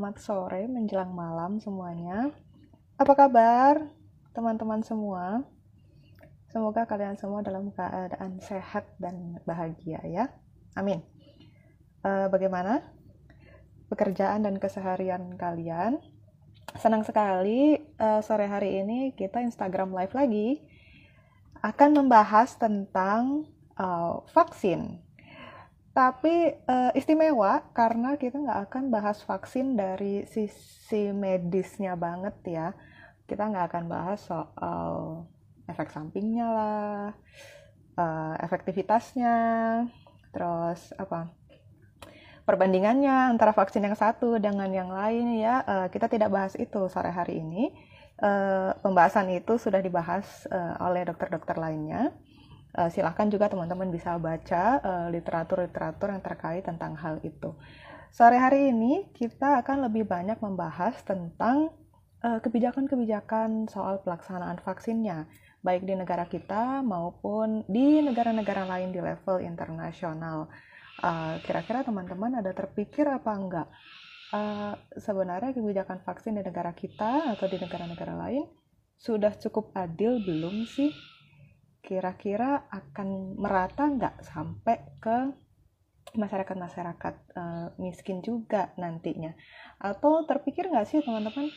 selamat sore menjelang malam semuanya. Apa kabar teman-teman semua? Semoga kalian semua dalam keadaan sehat dan bahagia ya. Amin. Bagaimana pekerjaan dan keseharian kalian? Senang sekali sore hari ini kita Instagram Live lagi akan membahas tentang vaksin. Tapi istimewa karena kita nggak akan bahas vaksin dari sisi medisnya banget ya. Kita nggak akan bahas soal efek sampingnya lah, efektivitasnya, terus perbandingannya antara vaksin yang satu dengan yang lain ya. Kita tidak bahas itu sore hari ini. Pembahasan itu sudah dibahas oleh dokter-dokter lainnya. Silahkan juga teman-teman bisa baca literatur-literatur yang terkait tentang hal itu. Sore hari ini kita akan lebih banyak membahas tentang kebijakan-kebijakan soal pelaksanaan vaksinnya, baik di negara kita maupun di negara-negara lain di level internasional. Kira-kira teman-teman ada terpikir apa enggak? Sebenarnya kebijakan vaksin di negara kita atau di negara-negara lain sudah cukup adil belum sih? Kira-kira akan merata nggak sampai ke masyarakat-masyarakat miskin juga nantinya? Atau terpikir nggak sih teman-teman,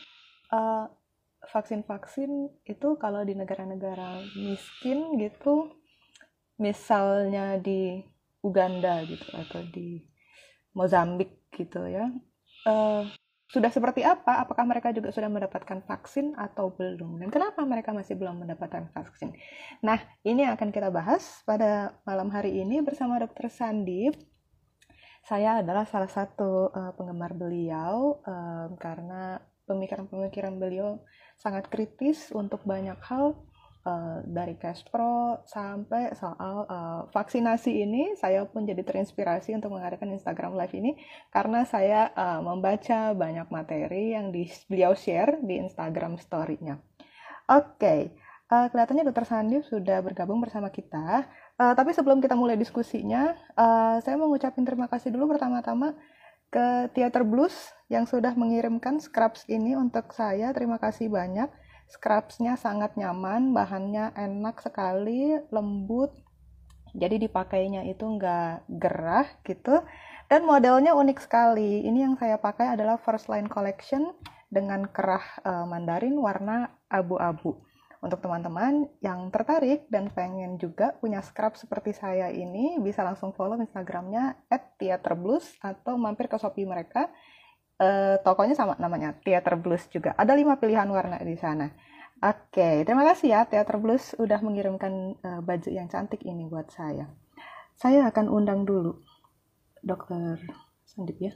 vaksin-vaksin itu kalau di negara-negara miskin gitu, misalnya di Uganda gitu atau di Mozambik gitu ya, sudah seperti apa? Apakah mereka juga sudah mendapatkan vaksin atau belum? Dan kenapa mereka masih belum mendapatkan vaksin? Nah, ini akan kita bahas pada malam hari ini bersama Dr. Sandip. Saya adalah salah satu penggemar beliau karena pemikiran-pemikiran beliau sangat kritis untuk banyak hal, dari cash pro sampai soal vaksinasi ini. Saya pun jadi terinspirasi untuk mengadakan Instagram Live ini karena saya membaca banyak materi yang beliau share di Instagram story-nya. Oke, kelihatannya Dr. Sandip sudah bergabung bersama kita. Tapi sebelum kita mulai diskusinya, saya mau ngucapin terima kasih dulu pertama-tama ke Theater Blues yang sudah mengirimkan scrubs ini untuk saya. Terima kasih banyak. Scrubsnya sangat nyaman, bahannya enak sekali, lembut, jadi dipakainya itu nggak gerah gitu. Dan modelnya unik sekali. Ini yang saya pakai adalah First Line Collection dengan kerah mandarin warna abu-abu. Untuk teman-teman yang tertarik dan pengen juga punya scrub seperti saya ini, bisa langsung follow Instagramnya @theaterblues atau mampir ke Shopee mereka. Tokonya sama namanya, Theater Blues juga. Ada 5 pilihan warna di sana. Oke, terima kasih ya Theater Blues udah mengirimkan baju yang cantik ini buat saya. Saya akan undang dulu Dokter Sandip ya.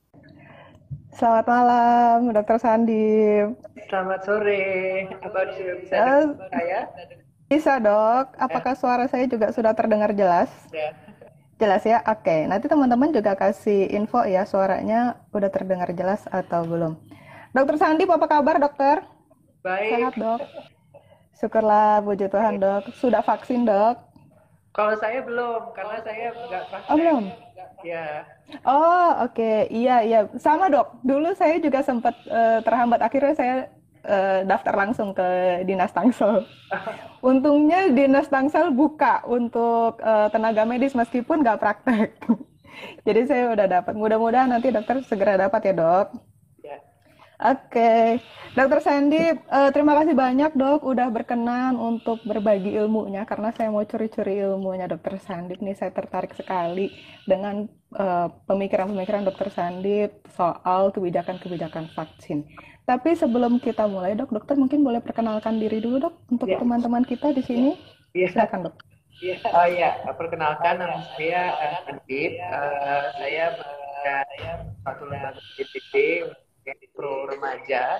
Selamat malam, Dokter Sandip. Selamat sore. Apa sudah bisa dengar saya? Bisa dok, apakah suara saya juga sudah terdengar jelas? Ya. Jelas ya? Oke, nanti teman-teman juga kasih info ya suaranya udah terdengar jelas atau belum. Dokter Sandip, apa kabar dokter? Sehat Baik. dok? Syukurlah, puji Tuhan dok. Sudah vaksin dok? Kalau saya belum, karena saya nggak Oh praktek. belum? Ya. Oh oke, iya. Sama dok, dulu saya juga sempat terhambat. Akhirnya saya daftar langsung ke Dinas Tangsel. Untungnya Dinas Tangsel buka untuk tenaga medis meskipun nggak praktek. Jadi saya udah dapat. Mudah-mudahan nanti dokter segera dapat ya dok. Ya. Oke, Dokter Sandip, terima kasih banyak dok udah berkenan untuk berbagi ilmunya karena saya mau curi-curi ilmunya Dokter Sandip nih. Saya tertarik sekali dengan pemikiran-pemikiran Dokter Sandip soal kebijakan-kebijakan vaksin. Tapi sebelum kita mulai dok, dokter mungkin boleh perkenalkan diri dulu dok untuk Ya. teman-teman kita di sini. Ya. Silakan dok. Oh ya, perkenalkan nama saya Andip. Saya bekerja satu lembaga PBB pro remaja.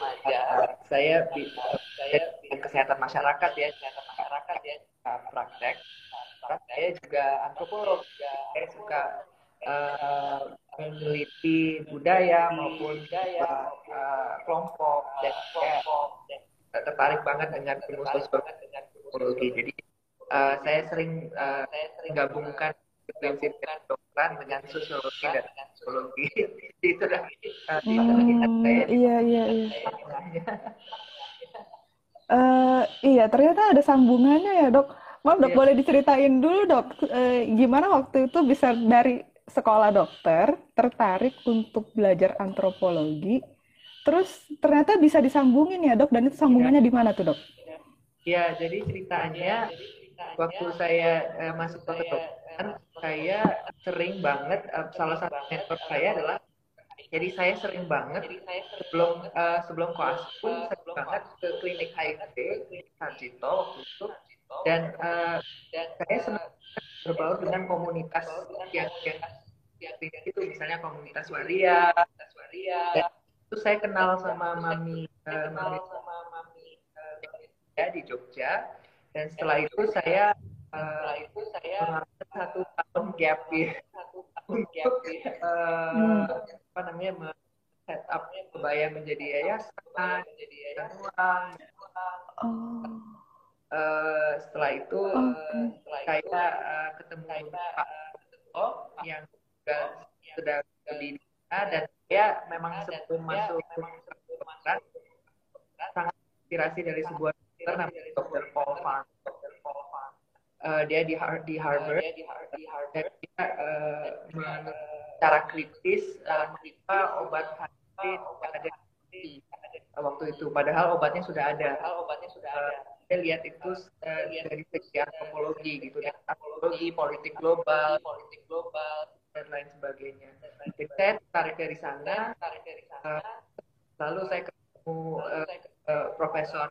Saya bidang kesehatan masyarakat ya, praktek. Saya juga antropolog. Saya suka meneliti budaya maupun kelompok dan saya tertarik banget dengan ilmu sosiologi. Jadi saya sering gabungkan prinsip kedokteran dengan sosiologi dan antropologi. Itu udah minat saya di Iya, iya, iya. tengahnya. Iya, ternyata ada sambungannya ya, Dok. Maaf, Dok, Iya, boleh diceritain dulu, Dok, gimana waktu itu bisa dari sekolah dokter tertarik untuk belajar antropologi, terus ternyata bisa disambungin ya, Dok, dan itu iya, sambungannya di mana tuh, Dok? iya. Jadi ceritanya waktu saya masuk ke kedokteran, saya sering banget salah satu mentor saya adalah jadi saya sering banget sebelum koas pun sering banget ke klinik HIV di Sarjito waktu itu dan saya senang berbaur dengan komunitas yang klinik itu misalnya komunitas waria dan itu saya kenal sama mami ya di Jogja dan setelah itu saya uh, mengambil 1 tahun gap year untuk Hmm. apa namanya set up kebaya menjadi yayasan dan uang. Oh, Setelah itu oke. saya ketemu Pak O yang juga sudah di sana dan saya memang sebelum masuk kedokteran sangat inspirasi dari sebuah dokter namanya Dr. Paul Farmer. Dia di Harvard dan dia secara kritis mengapa obat HIV tidak ada di waktu itu padahal obatnya sudah ada. Uh, saya lihat itu dari segi antropologi gitu dan antropologi politik global dan lain sebagainya. Jadi saya tertarik dari sana. Uh, Lalu saya ketemu profesor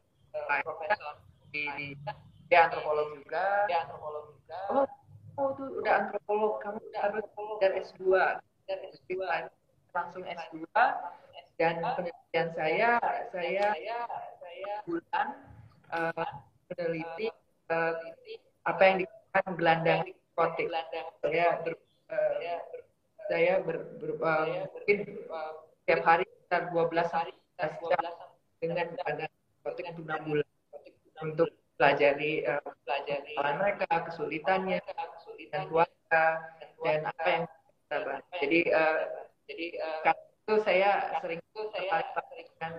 di dia antropolog juga. Oh, oh tuh udah antropolog, kamu harus belajar S2. Jadi saya langsung S2 dan penelitian saya bulan uh, meneliti uh, apa yang dikatakan gelandang psikotik. Saya ber, uh, saya mungkin setiap hari sekitar 12 sampai 15 jam dengan gelandang psikotik untuk 6 bulan untuk pelajari kesalahan mereka, kesulitannya, dan keluarga dan apa yang kita bahas. Jadi karena itu saya sering tertarik dengan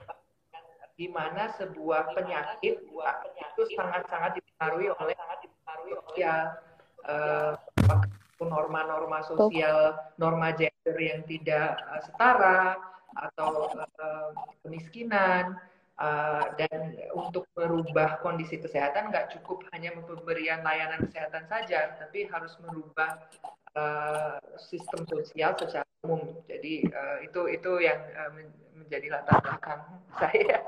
gimana sebuah penyakit itu sangat-sangat dipengaruhi oleh sosial, uh, norma-norma Tuh. sosial, norma gender yang tidak setara atau kemiskinan. Dan untuk merubah kondisi kesehatan nggak cukup hanya pemberian layanan kesehatan saja, tapi harus merubah sistem sosial secara umum. Jadi itu yang menjadi latar belakang saya.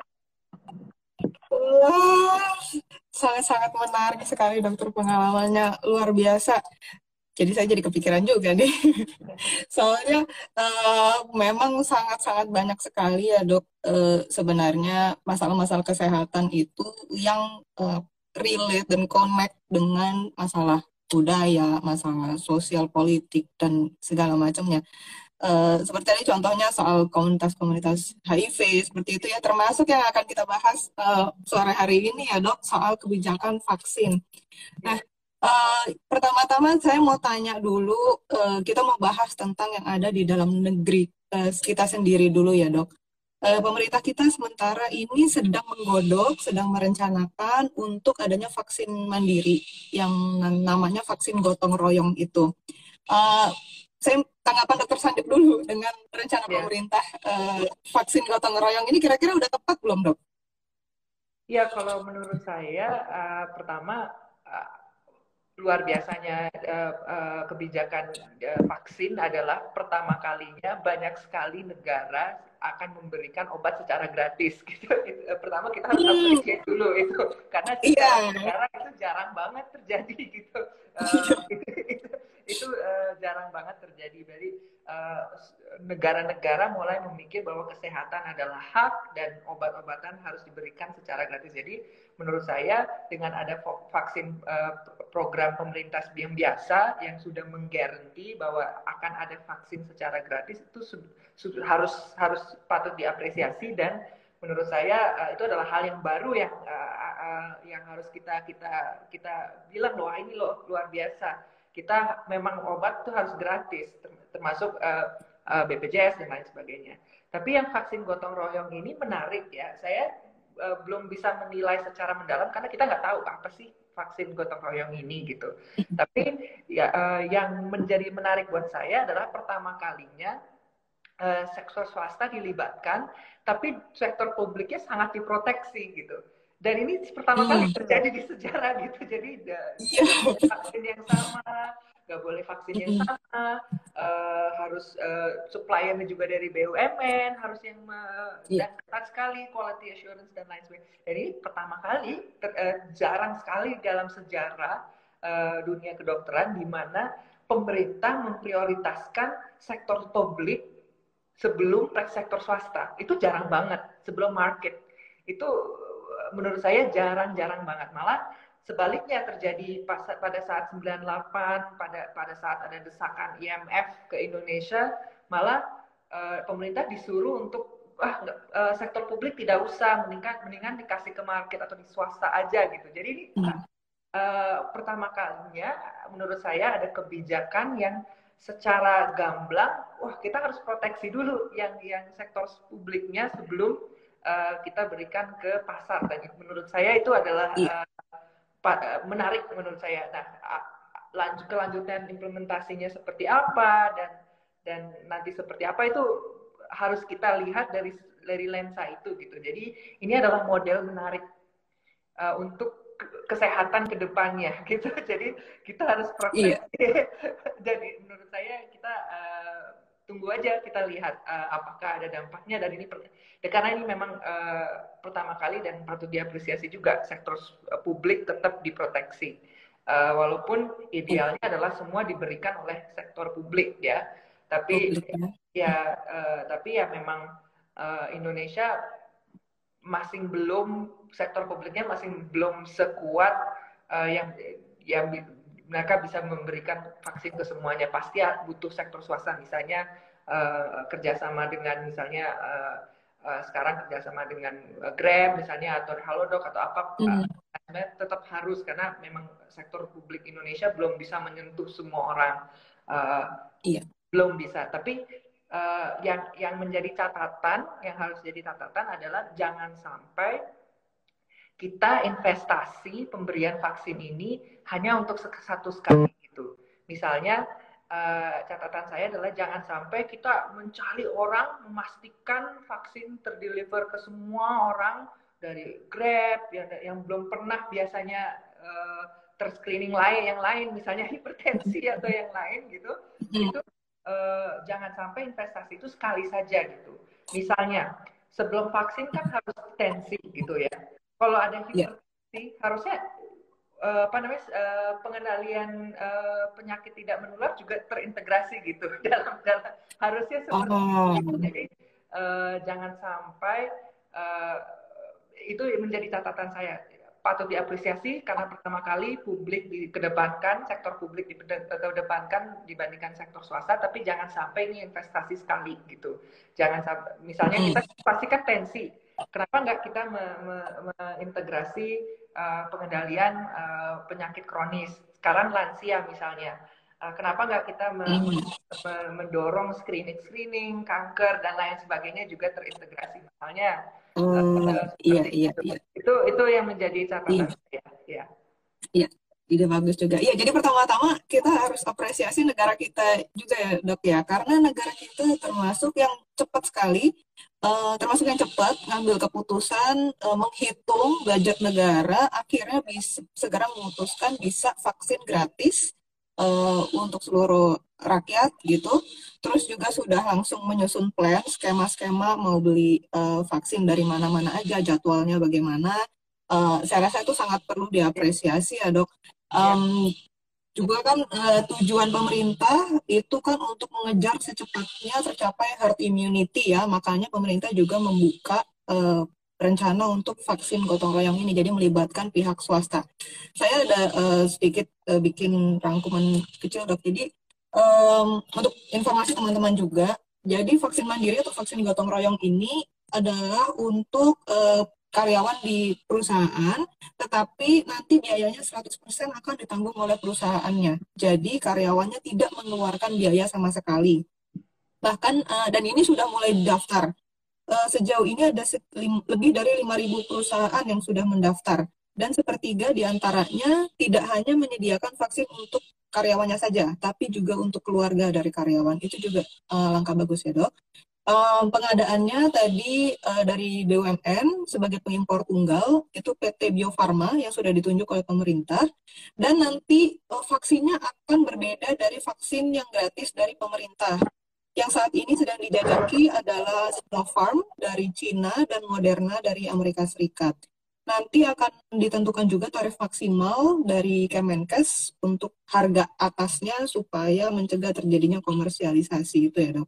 Wah, sangat-sangat menarik sekali dokter pengalamannya luar biasa. Jadi saya jadi kepikiran juga nih. Soalnya memang sangat-sangat banyak sekali ya dok sebenarnya masalah-masalah kesehatan itu yang relate dan connect dengan masalah budaya, masalah sosial politik dan segala macamnya. Seperti tadi contohnya soal komunitas-komunitas HIV seperti itu ya termasuk yang akan kita bahas sore hari ini ya dok soal kebijakan vaksin. Nah, pertama-tama saya mau tanya dulu, kita mau bahas tentang yang ada di dalam negeri kita sendiri dulu ya dok. Pemerintah kita sementara ini sedang menggodok, sedang merencanakan untuk adanya vaksin mandiri yang namanya vaksin gotong royong itu. Uh, saya tanggapan dokter Sandip dulu dengan rencana Ya, pemerintah vaksin gotong royong ini kira-kira udah tepat belum dok? ya kalau menurut saya pertama uh, luar biasanya kebijakan vaksin adalah pertama kalinya banyak sekali negara akan memberikan obat secara gratis gitu. Pertama kita harus appreciate dulu itu karena Iya. sekarang itu jarang banget terjadi gitu. Itu jarang banget terjadi. Jadi negara-negara mulai memikir bahwa kesehatan adalah hak dan obat-obatan harus diberikan secara gratis. Jadi menurut saya dengan ada vaksin program pemerintah yang biasa yang sudah menggaranti bahwa akan ada vaksin secara gratis itu harus patut diapresiasi dan menurut saya itu adalah hal yang baru yang harus kita bilang loh ini loh luar biasa kita memang obat tuh harus gratis, termasuk BPJS dan lain sebagainya. Tapi yang vaksin gotong royong ini menarik ya. Saya belum bisa menilai secara mendalam karena kita nggak tahu apa sih vaksin gotong royong ini gitu. Tapi ya, yang menjadi menarik buat saya adalah pertama kalinya sektor swasta dilibatkan, tapi sektor publiknya sangat diproteksi gitu. Dan ini pertama kali terjadi di sejarah gitu. Jadi vaksin yang sama, nggak boleh vaksin yang sama, harus suppliernya juga dari BUMN, harus yang dan ketat sekali quality assurance dan lain sebagainya. Dan ini pertama kali, jarang sekali dalam sejarah dunia kedokteran di mana pemerintah memprioritaskan sektor publik sebelum sektor swasta. Itu jarang banget sebelum market. Itu menurut saya jarang-jarang banget. Malah sebaliknya terjadi pada saat 98, pada saat ada desakan IMF ke Indonesia, malah pemerintah disuruh untuk sektor publik tidak usah, mendingan dikasih ke market atau di swasta aja gitu. Jadi ini pertama kalinya menurut saya ada kebijakan yang secara gamblang, wah kita harus proteksi dulu yang sektor publiknya sebelum kita berikan ke pasar. Dan menurut saya itu adalah menarik menurut saya. Nah, kelanjutan implementasinya seperti apa dan nanti seperti apa itu harus kita lihat dari lensa itu gitu. Jadi ini adalah model menarik untuk kesehatan ke depannya gitu. Jadi kita harus proteksi. Jadi menurut saya kita tunggu aja, kita lihat apakah ada dampaknya. Dan ini karena ini memang pertama kali dan patut diapresiasi juga sektor publik tetap diproteksi. Walaupun idealnya adalah semua diberikan oleh sektor publik ya. Tapi ya memang Indonesia masih belum, sektor publiknya masih belum sekuat yang mereka bisa memberikan vaksin ke semuanya. Pasti butuh sektor swasta, misalnya kerjasama dengan misalnya sekarang kerjasama dengan Grab misalnya atau Halodoc atau apa, tetap harus, karena memang sektor publik Indonesia belum bisa menyentuh semua orang, belum bisa. Tapi yang menjadi catatan, yang harus jadi catatan adalah jangan sampai kita investasi pemberian vaksin ini hanya untuk satu sekali gitu. Misalnya catatan saya adalah jangan sampai kita mencari orang, memastikan vaksin terdeliver ke semua orang dari Grab yang belum pernah biasanya terscreening yang lain, misalnya hipertensi atau yang lain gitu. Itu jangan sampai investasi itu sekali saja gitu. Misalnya sebelum vaksin kan harus tensi gitu ya. Kalau ada hipertensi harusnya pengendalian penyakit tidak menular juga terintegrasi gitu dalam harusnya seperti itu. Jadi jangan sampai itu menjadi catatan saya. Patut diapresiasi karena pertama kali publik dikedepankan, sektor publik dikedepankan dibandingkan sektor swasta, tapi jangan sampai ini investasi sekali gitu. Jangan sampai, misalnya kita pastikan tensi, kenapa nggak kita mengintegrasi pengendalian penyakit kronis, sekarang lansia misalnya, kenapa nggak kita mendorong screening kanker dan lain sebagainya juga terintegrasi misalnya. Itu yang menjadi catatan saya. Iya, ide bagus juga. Iya, jadi pertama-tama kita harus apresiasi negara kita juga ya, Dok ya, karena negara kita termasuk yang cepat sekali, termasuk yang cepat ngambil keputusan, menghitung budget negara, akhirnya bisa segera memutuskan bisa vaksin gratis untuk seluruh rakyat gitu. Terus juga sudah langsung menyusun plan, skema-skema mau beli vaksin dari mana-mana aja, jadwalnya bagaimana. Saya rasa itu sangat perlu diapresiasi ya, Dok. Juga kan tujuan pemerintah itu kan untuk mengejar secepatnya tercapai herd immunity ya, makanya pemerintah juga membuka rencana untuk vaksin gotong royong ini, jadi melibatkan pihak swasta. Saya ada sedikit bikin rangkuman kecil, Dok. Jadi untuk informasi teman-teman juga, jadi vaksin mandiri atau vaksin gotong royong ini adalah untuk karyawan di perusahaan, tetapi nanti biayanya 100% akan ditanggung oleh perusahaannya. Jadi karyawannya tidak mengeluarkan biaya sama sekali. Bahkan, dan ini sudah mulai didaftar. Sejauh ini ada lebih dari 5.000 perusahaan yang sudah mendaftar. Dan sepertiga di antaranya tidak hanya menyediakan vaksin untuk karyawannya saja, tapi juga untuk keluarga dari karyawan. Itu juga langkah bagus ya, Dok. Pengadaannya tadi dari BUMN sebagai pengimpor tunggal, itu PT Bio Farma yang sudah ditunjuk oleh pemerintah, dan nanti vaksinnya akan berbeda dari vaksin yang gratis dari pemerintah. Yang saat ini sedang dijajaki adalah Sinopharm dari Cina dan Moderna dari Amerika Serikat. Nanti akan ditentukan juga tarif maksimal dari Kemenkes untuk harga atasnya supaya mencegah terjadinya komersialisasi itu ya, Dok.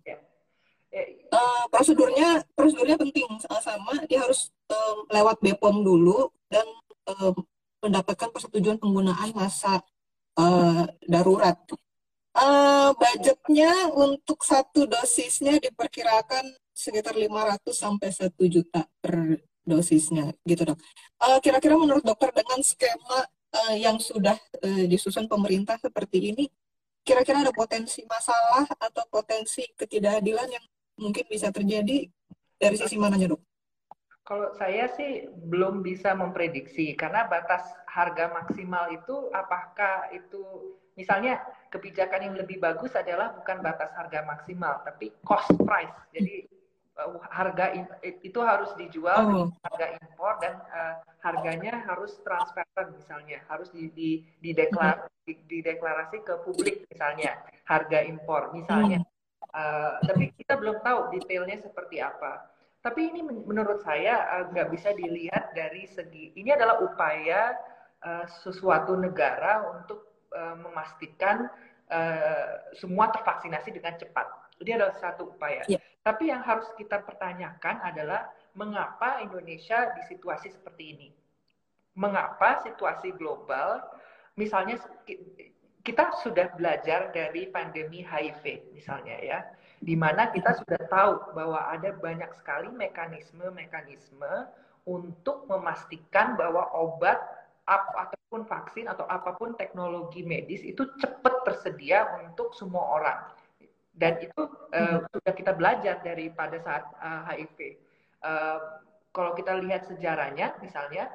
Prosedurnya penting, sama dia harus lewat BPOM dulu dan mendapatkan persetujuan penggunaan masa darurat. Budgetnya untuk satu dosisnya diperkirakan sekitar 500 sampai 1 juta per dosisnya, gitu Dok. Kira-kira menurut dokter dengan skema yang sudah disusun pemerintah seperti ini, kira-kira ada potensi masalah atau potensi ketidakadilan yang mungkin bisa terjadi dari sisi mananya, Dok? Kalau saya sih belum bisa memprediksi karena batas harga maksimal itu apakah itu misalnya kebijakan yang lebih bagus adalah bukan batas harga maksimal tapi cost price. Jadi harga itu harus dijual dengan harga impor dan harganya harus transparan misalnya, harus dideklarasi ke publik misalnya harga impor misalnya. Tapi kita belum tahu detailnya seperti apa. Tapi ini menurut saya nggak bisa dilihat dari segi, ini adalah upaya sesuatu negara untuk memastikan semua tervaksinasi dengan cepat. Ini adalah satu upaya. Yeah. Tapi yang harus kita pertanyakan adalah mengapa Indonesia di situasi seperti ini? Mengapa situasi global, misalnya kita sudah belajar dari pandemi HIV misalnya ya, di mana kita sudah tahu bahwa ada banyak sekali mekanisme untuk memastikan bahwa obat ataupun vaksin atau apapun teknologi medis itu cepat tersedia untuk semua orang. Dan itu sudah kita belajar dari pada saat HIV. Kalau kita lihat sejarahnya misalnya,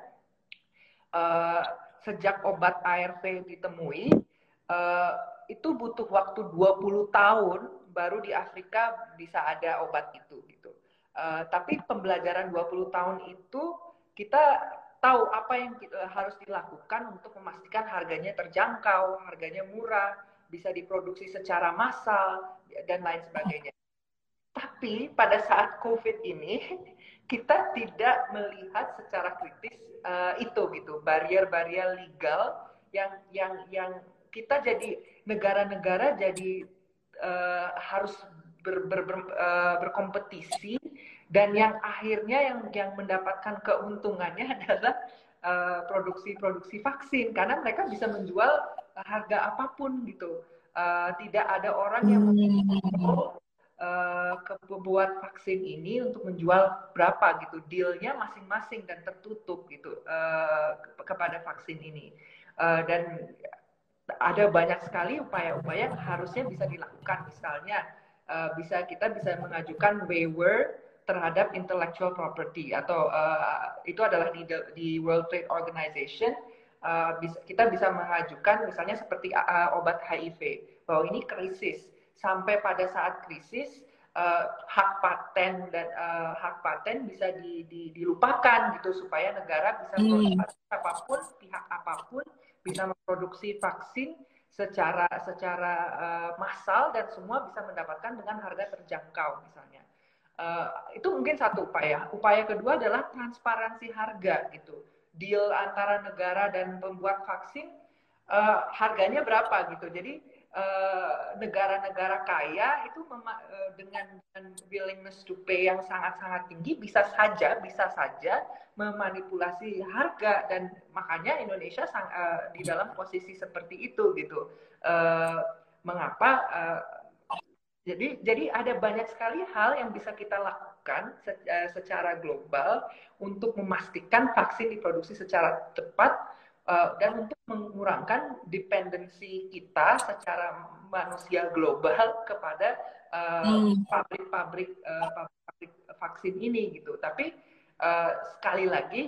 sejak obat ARV ditemui, itu butuh waktu 20 tahun baru di Afrika bisa ada obat itu gitu. Tapi pembelajaran 20 tahun itu kita tahu apa yang harus dilakukan untuk memastikan harganya terjangkau, harganya murah, bisa diproduksi secara massal dan lain sebagainya. Tapi pada saat COVID ini kita tidak melihat secara kritis itu gitu, barier-barier legal yang kita jadi negara-negara jadi harus berkompetisi dan yang akhirnya yang mendapatkan keuntungannya adalah produksi vaksin karena mereka bisa menjual harga apapun gitu. Tidak ada orang yang buat vaksin ini untuk menjual berapa gitu, dealnya masing-masing dan tertutup gitu kepada vaksin ini. Dan ada banyak sekali upaya-upaya yang harusnya bisa dilakukan, misalnya kita bisa mengajukan waiver terhadap intellectual property atau itu adalah di World Trade Organization. Kita bisa mengajukan misalnya seperti obat HIV bahwa ini krisis, sampai pada saat krisis hak paten bisa dilupakan gitu supaya negara bisa pihak apapun bisa memproduksi vaksin secara massal dan semua bisa mendapatkan dengan harga terjangkau misalnya. Itu mungkin satu upaya. Upaya kedua adalah transparansi harga gitu. Deal antara negara dan pembuat vaksin harganya berapa gitu. Jadi negara-negara kaya itu dengan willingness to pay yang sangat-sangat tinggi bisa saja memanipulasi harga dan makanya Indonesia di dalam posisi seperti itu gitu. Mengapa? Jadi ada banyak sekali hal yang bisa kita lakukan secara global untuk memastikan vaksin diproduksi secara cepat dan untuk mengurangkan dependensi kita secara manusia global kepada pabrik-pabrik vaksin ini gitu. Tapi sekali lagi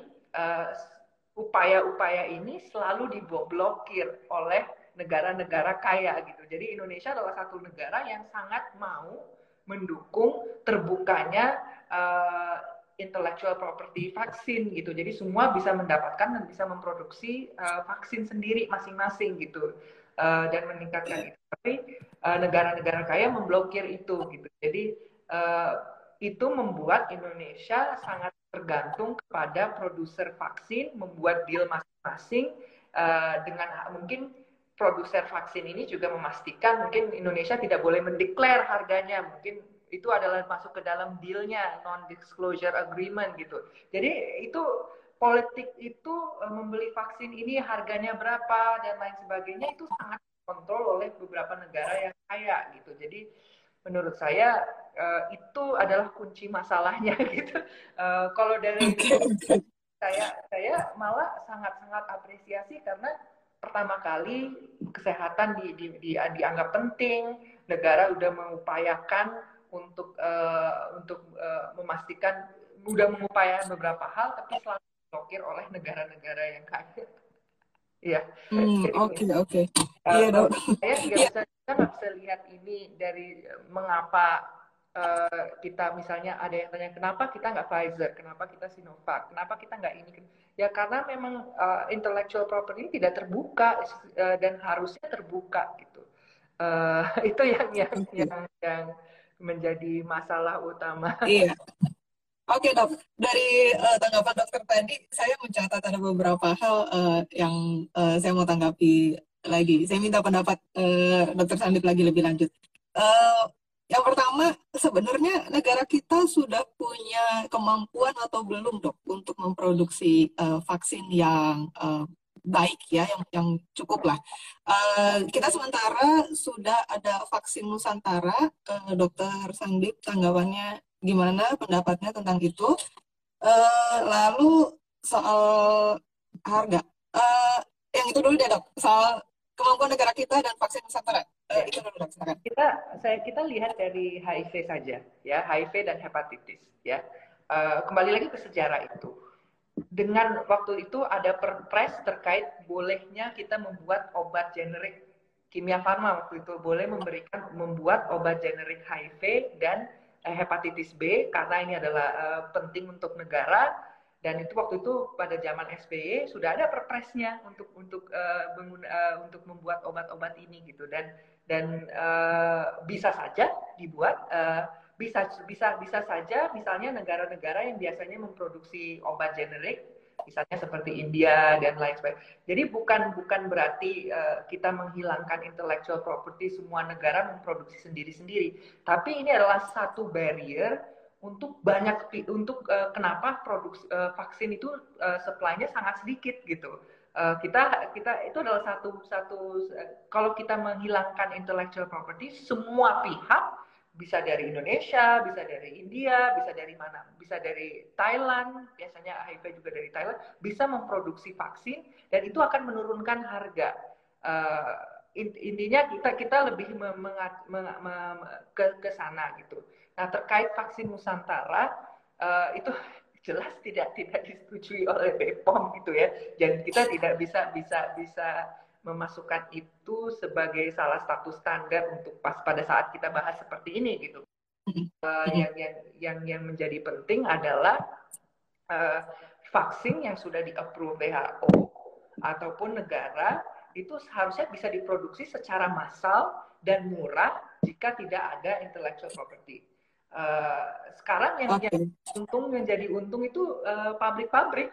upaya-upaya ini selalu diblokir oleh negara-negara kaya gitu. Jadi Indonesia adalah satu negara yang sangat mau mendukung terbukanya intellectual property vaksin gitu. Jadi semua bisa mendapatkan dan bisa memproduksi vaksin sendiri masing-masing gitu dan meningkatkan itu. Tapi negara-negara kaya memblokir itu gitu. Jadi itu membuat Indonesia sangat tergantung kepada produser vaksin, membuat deal masing-masing dengan mungkin produser vaksin ini juga memastikan mungkin Indonesia tidak boleh mendeklar harganya, mungkin itu adalah masuk ke dalam dealnya non-disclosure agreement gitu. Jadi itu politik itu membeli vaksin ini harganya berapa dan lain sebagainya itu sangat dikontrol oleh beberapa negara yang kaya gitu. Jadi menurut saya itu adalah kunci masalahnya gitu. Kalau dari saya malah sangat-sangat apresiasi karena pertama kali kesehatan dianggap penting, negara udah mengupayakan untuk memastikan, udah mengupayakan beberapa hal, tapi selalu diblokir oleh negara-negara yang kaya. Iya. Oke. Iya dok. Saya juga kita nggak bisa lihat ini dari mengapa kita misalnya ada yang tanya kenapa kita nggak Pfizer, kenapa kita Sinovac, kenapa kita nggak ini? Ya karena memang intellectual property tidak terbuka dan harusnya terbuka gitu. Itu yang menjadi masalah utama. Iya. Oke dok, dari tanggapan dokter tadi, saya mencatat ada beberapa hal yang saya mau tanggapi lagi. Saya minta pendapat dokter Sandip lagi lebih lanjut. Yang pertama, sebenarnya negara kita sudah punya kemampuan atau belum dok untuk memproduksi vaksin yang baik ya, yang cukup lah. Kita sementara sudah ada vaksin Nusantara, dokter Sandip tanggapannya gimana pendapatnya tentang itu? Lalu soal harga, yang itu dulu deh dok, soal kemampuan negara kita dan vaksin Nusantara. Itu dulu dok, silakan. Kita lihat dari HIV saja, ya HIV dan hepatitis, ya. Kembali lagi ke sejarah itu. Dengan waktu itu ada perpres terkait bolehnya kita membuat obat generik. Kimia Farma waktu itu boleh membuat obat generik HIV dan hepatitis B karena ini adalah penting untuk negara, dan itu waktu itu pada zaman SBY sudah ada perpresnya untuk membuat obat-obat ini gitu, dan bisa saja dibuat bisa saja misalnya negara-negara yang biasanya memproduksi obat generik misalnya seperti India dan lain sebagainya. Jadi bukan berarti kita menghilangkan intellectual property, semua negara memproduksi sendiri-sendiri. Tapi ini adalah satu barrier untuk kenapa produksi vaksin itu supply-nya sangat sedikit gitu. Kita itu adalah satu kalau kita menghilangkan intellectual property, semua pihak bisa dari Indonesia, bisa dari India, bisa dari mana, bisa dari Thailand, biasanya HIV juga dari Thailand, bisa memproduksi vaksin dan itu akan menurunkan harga. Intinya kita lebih ke sana gitu. Nah terkait vaksin Nusantara itu jelas tidak disetujui oleh BPOM gitu ya, dan kita tidak bisa memasukkan itu sebagai salah satu standar untuk pada saat kita bahas seperti ini gitu. Yang menjadi penting adalah vaksin yang sudah di-approve WHO ataupun negara itu seharusnya bisa diproduksi secara massal dan murah jika tidak ada intellectual property. Sekarang yang jadi untung itu pabrik-pabrik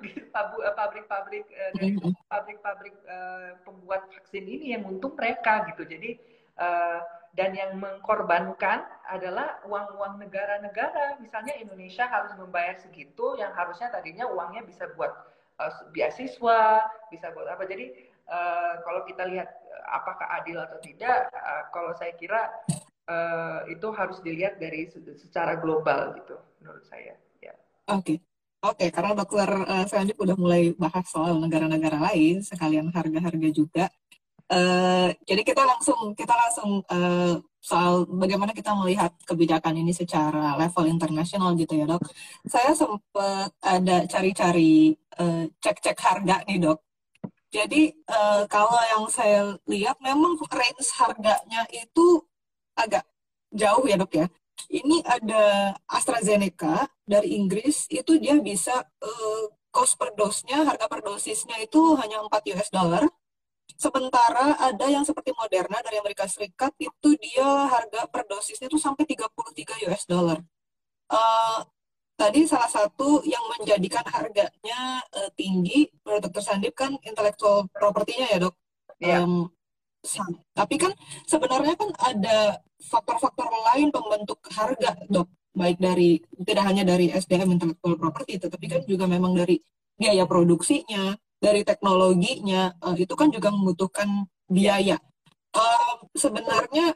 pembuat vaksin ini yang untung mereka gitu. Jadi dan yang mengkorbankan adalah uang negara-negara. Misalnya Indonesia harus membayar segitu yang harusnya tadinya uangnya bisa buat beasiswa, bisa buat apa. Jadi kalau kita lihat apakah adil atau tidak, kalau saya kira itu harus dilihat dari secara global gitu menurut saya. Ya. Oke. Oke, karena dokter Sanjip udah mulai bahas soal negara-negara lain, sekalian harga-harga juga. Jadi kita langsung soal bagaimana kita melihat kebijakan ini secara level internasional gitu ya dok. Saya sempat ada cari-cari cek-cek harga nih dok. Jadi kalau yang saya lihat memang range harganya itu agak jauh ya dok ya. Ini ada AstraZeneca dari Inggris, itu dia bisa cost per dosnya, harga per dosisnya itu hanya 4 US dollar. Sementara ada yang seperti Moderna dari Amerika Serikat, itu dia harga per dosisnya itu sampai 33 US dollar. Eh, Tadi salah satu yang menjadikan harganya tinggi, menurut Dr. Sandip kan intellectual property-nya ya dok. Ya. Tapi kan sebenarnya kan ada faktor-faktor lain pembentuk harga dok. Baik dari, tidak hanya dari SDM intellectual property, tetapi kan juga memang dari biaya produksinya, dari teknologinya, itu kan juga membutuhkan biaya. Sebenarnya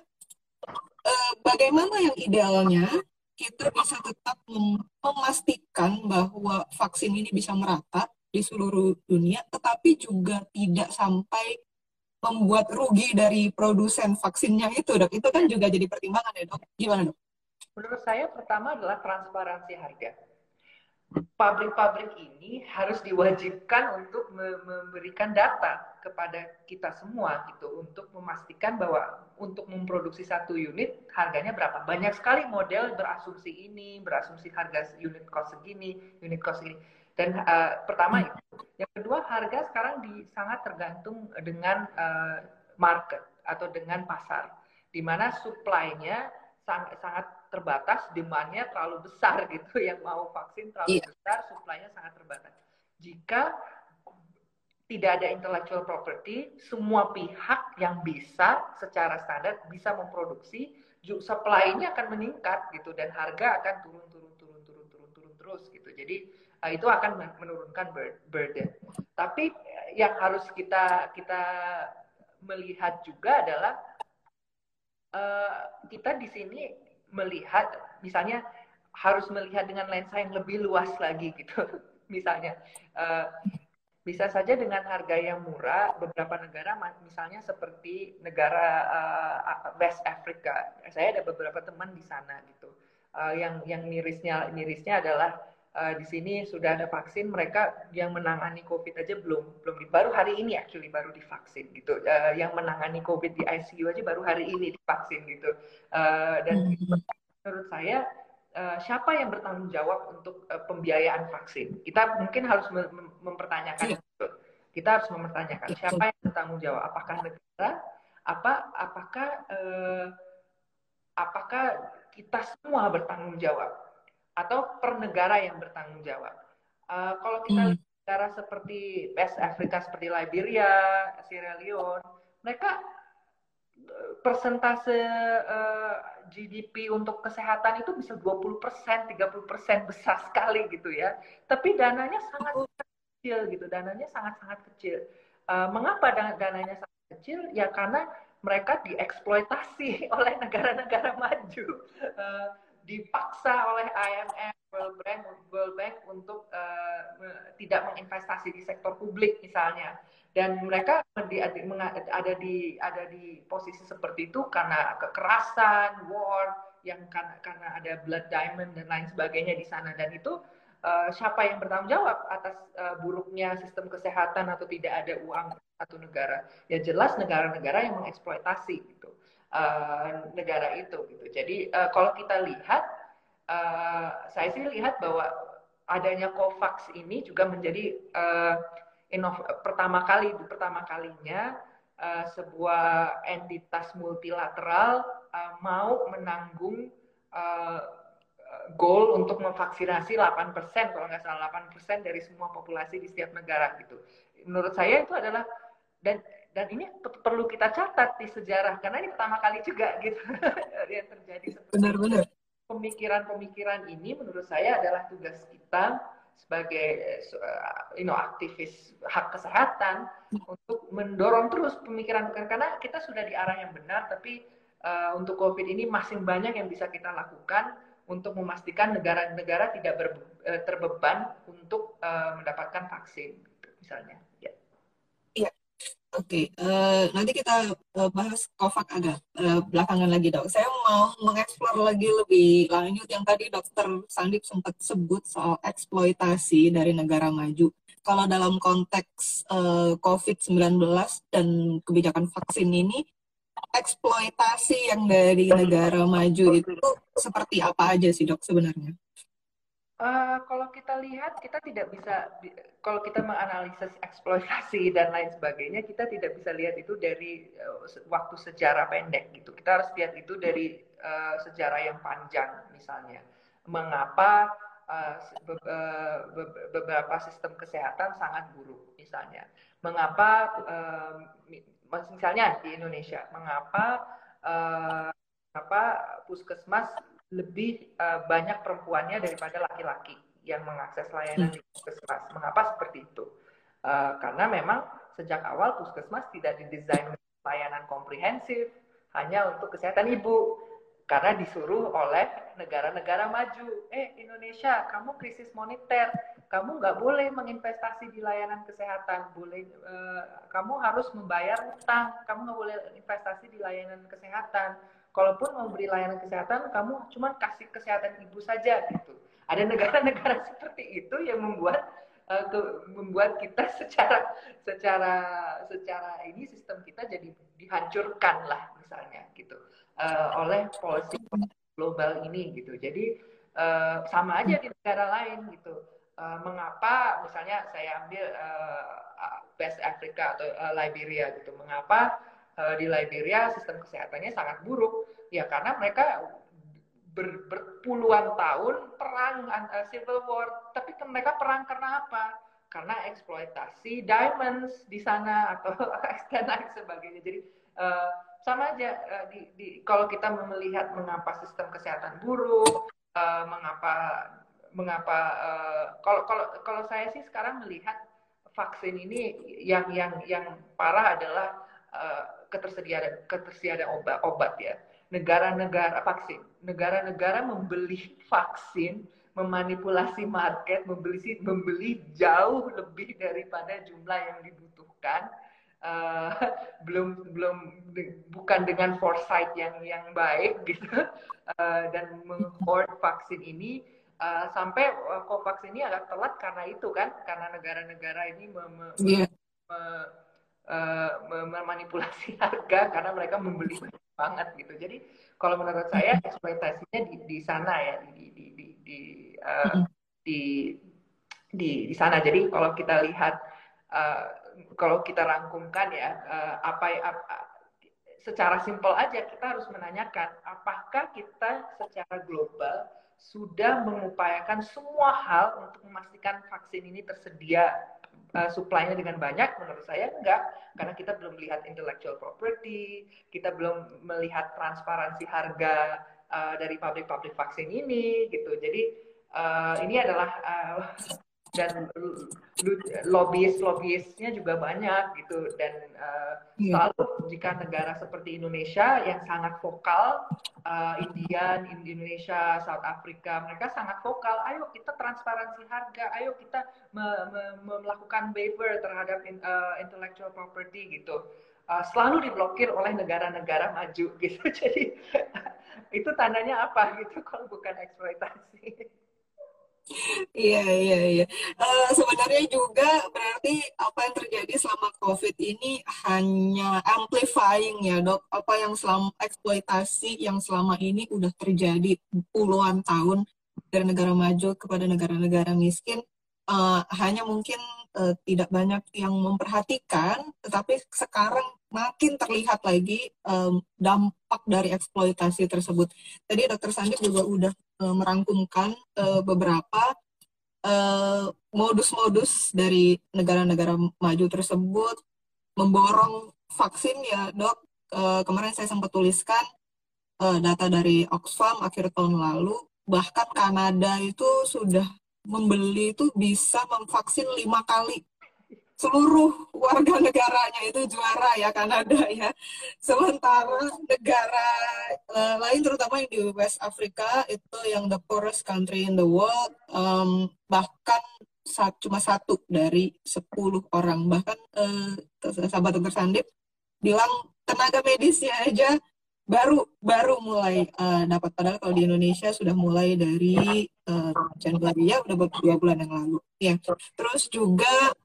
bagaimana yang idealnya kita bisa tetap memastikan bahwa vaksin ini bisa merata di seluruh dunia, tetapi juga tidak sampai membuat rugi dari produsen vaksinnya itu, dok. Itu kan juga jadi pertimbangan ya, dok. Gimana, dok? Menurut saya pertama adalah transparansi harga. Pabrik-pabrik ini harus diwajibkan untuk memberikan data kepada kita semua gitu untuk memastikan bahwa untuk memproduksi satu unit harganya berapa. Banyak sekali model berasumsi ini, berasumsi harga unit cost segini, unit cost segini. Dan pertama itu. Yang kedua, harga sekarang sangat tergantung dengan market atau dengan pasar, di mana supply-nya sangat terbatas, demand-nya terlalu besar gitu, yang mau vaksin terlalu besar, supply-nya sangat terbatas. Jika tidak ada intellectual property, semua pihak yang bisa secara standar bisa memproduksi, supply-nya akan meningkat gitu, dan harga akan turun terus gitu. Jadi itu akan menurunkan burden. Tapi yang harus kita melihat juga adalah kita di sini melihat, misalnya harus melihat dengan lensa yang lebih luas lagi gitu. Misalnya bisa saja dengan harga yang murah beberapa negara, misalnya seperti negara West Africa. Saya ada beberapa teman di sana gitu. Yang mirisnya adalah di sini sudah ada vaksin, mereka yang menangani COVID aja belum baru hari ini baru divaksin gitu. Yang menangani COVID di ICU aja baru hari ini divaksin gitu. Dan menurut saya siapa yang bertanggung jawab untuk pembiayaan vaksin? Kita mungkin harus mempertanyakan itu. Kita harus mempertanyakan siapa yang bertanggung jawab? Apakah negara? Apakah kita semua bertanggung jawab? Atau per negara yang bertanggung jawab? Kalau kita lihat negara seperti West Africa, seperti Liberia, Sierra Leone, mereka persentase GDP untuk kesehatan itu bisa 20%, 30%, besar sekali gitu ya. Tapi dananya sangat kecil gitu, dananya sangat-sangat kecil. Mengapa dananya sangat kecil? Ya karena mereka dieksploitasi oleh negara-negara maju, dipaksa oleh IMF, World Bank untuk tidak menginvestasi di sektor publik misalnya. Dan mereka ada di posisi seperti itu karena kekerasan, war, yang karena ada blood diamond dan lain sebagainya di sana. Dan itu siapa yang bertanggung jawab atas buruknya sistem kesehatan atau tidak ada uang satu negara? Ya jelas negara-negara yang mengeksploitasi gitu negara itu gitu. Jadi kalau kita lihat, saya sih lihat bahwa adanya COVAX ini juga menjadi pertama kalinya sebuah entitas multilateral mau menanggung goal untuk memvaksinasi 8%, kalau nggak salah 8% dari semua populasi di setiap negara gitu. Menurut saya itu adalah, dan ini perlu kita catat di sejarah karena ini pertama kali juga gitu yang terjadi seperti Benar-benar. Pemikiran ini menurut saya adalah tugas kita sebagai aktivis hak kesehatan untuk mendorong terus pemikiran, karena kita sudah di arah yang benar, tapi untuk COVID ini masih banyak yang bisa kita lakukan untuk memastikan negara-negara tidak terbeban untuk mendapatkan vaksin, misalnya. Ya. Iya, oke. Nanti kita bahas COVAX agak belakangan lagi, Dok. Saya mau mengeksplor lagi lebih lanjut yang tadi Dokter Sandip sempat sebut soal eksploitasi dari negara maju. Kalau dalam konteks COVID-19 dan kebijakan vaksin ini, eksploitasi yang dari negara maju itu seperti apa aja sih, Dok, sebenarnya? Kalau kita lihat, kita tidak bisa, kalau kita menganalisis eksploitasi dan lain sebagainya, kita tidak bisa lihat itu dari waktu sejarah pendek gitu. Kita harus lihat itu dari sejarah yang panjang, misalnya. Mengapa beberapa sistem kesehatan sangat buruk, misalnya. Mengapa, misalnya di Indonesia, mengapa puskesmas lebih banyak perempuannya daripada laki-laki yang mengakses layanan di puskesmas. Mengapa seperti itu? Karena memang sejak awal puskesmas tidak didesain layanan komprehensif hanya untuk kesehatan ibu. Karena disuruh oleh negara-negara maju. Indonesia, kamu krisis moneter, kamu nggak boleh menginvestasi di layanan kesehatan. Kamu harus membayar utang, kamu nggak boleh investasi di layanan kesehatan. Kalaupun mau beri layanan kesehatan, kamu cuma kasih kesehatan ibu saja gitu. Ada negara-negara seperti itu yang membuat kita secara ini sistem kita jadi dihancurkan lah misalnya gitu oleh policy global ini gitu. Jadi sama aja di negara lain gitu. Mengapa misalnya saya ambil West Africa atau Liberia gitu. Mengapa di Liberia sistem kesehatannya sangat buruk? Ya karena mereka berpuluhan tahun perang civil war, tapi mereka perang karena apa? Karena eksploitasi diamonds di sana atau dan lain sebagainya. Jadi sama aja kalau kita melihat mengapa sistem kesehatan buruk, mengapa kalau saya sih sekarang melihat vaksin ini yang parah adalah ketersediaan obat ya. Negara-negara membeli vaksin, memanipulasi market, membeli jauh lebih daripada jumlah yang dibutuhkan. Bukan dengan foresight yang baik gitu, dan meng-hoard vaksin ini sampai COVAX ini agak telat karena itu kan, karena negara-negara ini memanipulasi harga karena mereka membeli banget gitu. Jadi kalau menurut saya eksploitasinya di sana ya, di sana. Jadi kalau kita lihat, kalau kita rangkumkan ya, secara simpel aja kita harus menanyakan apakah kita secara global sudah mengupayakan semua hal untuk memastikan vaksin ini tersedia supply-nya dengan banyak. Menurut saya enggak, karena kita belum melihat intellectual property, kita belum melihat transparansi harga dari pabrik-pabrik vaksin ini gitu. Jadi ini adalah dan lobbyisnya juga banyak gitu, dan selalu jika negara seperti Indonesia yang sangat vokal, Indonesia, South Africa, mereka sangat vokal, ayo kita transparansi harga, ayo kita melakukan waiver terhadap intellectual property gitu, selalu diblokir oleh negara-negara maju gitu. Jadi itu tandanya apa gitu kalau bukan eksploitasi? Iya. Sebenarnya juga berarti apa yang terjadi selama COVID ini hanya amplifying ya, Dok. Apa yang selama eksploitasi yang selama ini udah terjadi puluhan tahun dari negara maju kepada negara-negara miskin, hanya mungkin tidak banyak yang memperhatikan, tetapi sekarang makin terlihat lagi dampak dari eksploitasi tersebut. Tadi Dr. Sandi juga udah merangkumkan beberapa modus-modus dari negara-negara maju tersebut memborong vaksin ya, Dok. Kemarin saya sempat tuliskan data dari Oxfam akhir tahun lalu, bahkan Kanada itu sudah membeli itu bisa memvaksin 5 kali seluruh warga negaranya itu juara ya Kanada ya. Sementara negara lain terutama yang di West Africa itu yang the poorest country in the world, bahkan cuma 1 dari 10 orang. Bahkan sahabat dokter Sandip bilang tenaga medisnya aja baru baru mulai dapat, padahal kalau di Indonesia sudah mulai dari Januari ya, udah 2 bulan yang lalu ya. Terus juga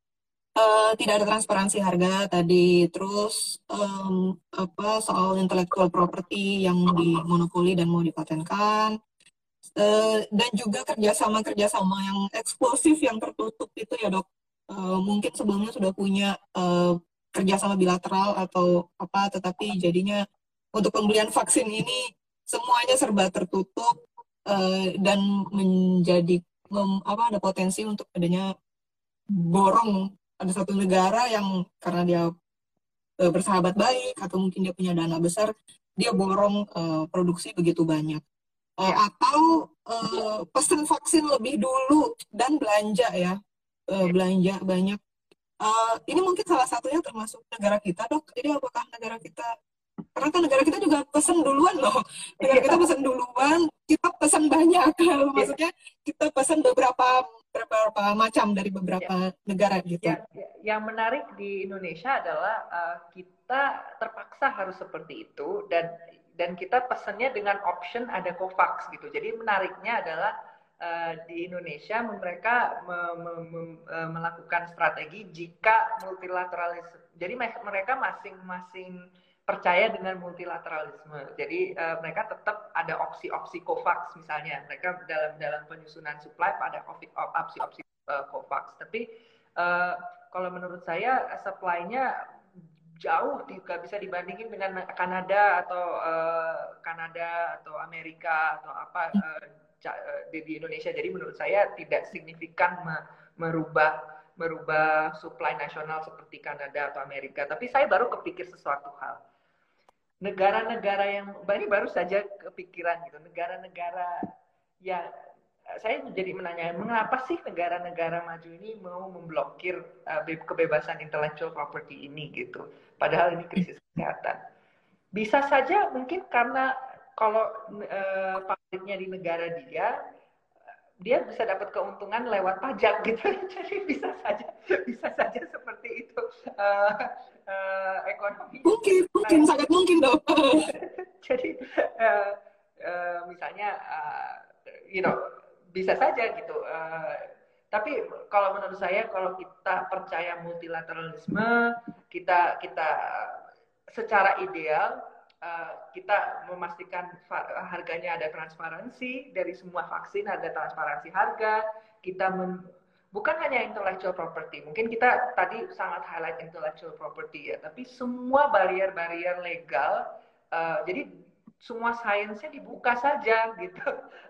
tidak ada transparansi harga tadi, terus apa soal intellectual property yang dimonopoli dan mau dipatenkan, dan juga kerjasama yang eksklusif yang tertutup itu ya dok. Mungkin sebelumnya sudah punya kerjasama bilateral atau apa, tetapi jadinya untuk pembelian vaksin ini semuanya serba tertutup, dan menjadi ada potensi untuk adanya borong. Ada satu negara yang karena dia bersahabat baik atau mungkin dia punya dana besar, dia borong produksi begitu banyak. Atau pesan vaksin lebih dulu dan belanja ya, belanja banyak. Ini mungkin salah satunya termasuk negara kita dok. Jadi apakah negara kita, karena kan negara kita juga pesan duluan loh. Negara kita pesan duluan, kita pesan banyak. Maksudnya kita pesan beberapa macam dari beberapa negara gitu. Yang menarik di Indonesia adalah kita terpaksa harus seperti itu, dan kita pesannya dengan option ada COVAX gitu. Jadi menariknya adalah di Indonesia mereka melakukan strategi jika multilateralisme. Jadi mereka masing-masing percaya dengan multilateralisme. Jadi mereka tetap ada opsi-opsi COVAX misalnya. Mereka dalam penyusunan supply ada opsi-opsi COVAX. Tapi kalau menurut saya supply-nya jauh tidak bisa dibandingin dengan Kanada atau Amerika atau apa di Indonesia. Jadi menurut saya tidak signifikan merubah supply nasional seperti Kanada atau Amerika. Tapi saya baru kepikir sesuatu hal. Negara-negara yang ini baru saja kepikiran gitu. Negara-negara yang saya jadi menanya, mengapa sih negara-negara maju ini mau memblokir kebebasan intellectual property ini gitu? Padahal ini krisis kesehatan. Bisa saja mungkin karena kalau pabriknya di negara dia bisa dapat keuntungan lewat pajak gitu. Jadi bisa saja seperti itu ekonomi. Mungkin sangat mungkin dok. Jadi misalnya bisa saja gitu. Tapi kalau menurut saya, kalau kita percaya multilateralisme, kita secara ideal kita memastikan harganya ada transparansi dari semua vaksin, ada transparansi harga. Kita bukan hanya intellectual property. Mungkin kita tadi sangat highlight intellectual property ya, tapi semua barrier-barrier legal. Jadi semua sainsnya dibuka saja gitu.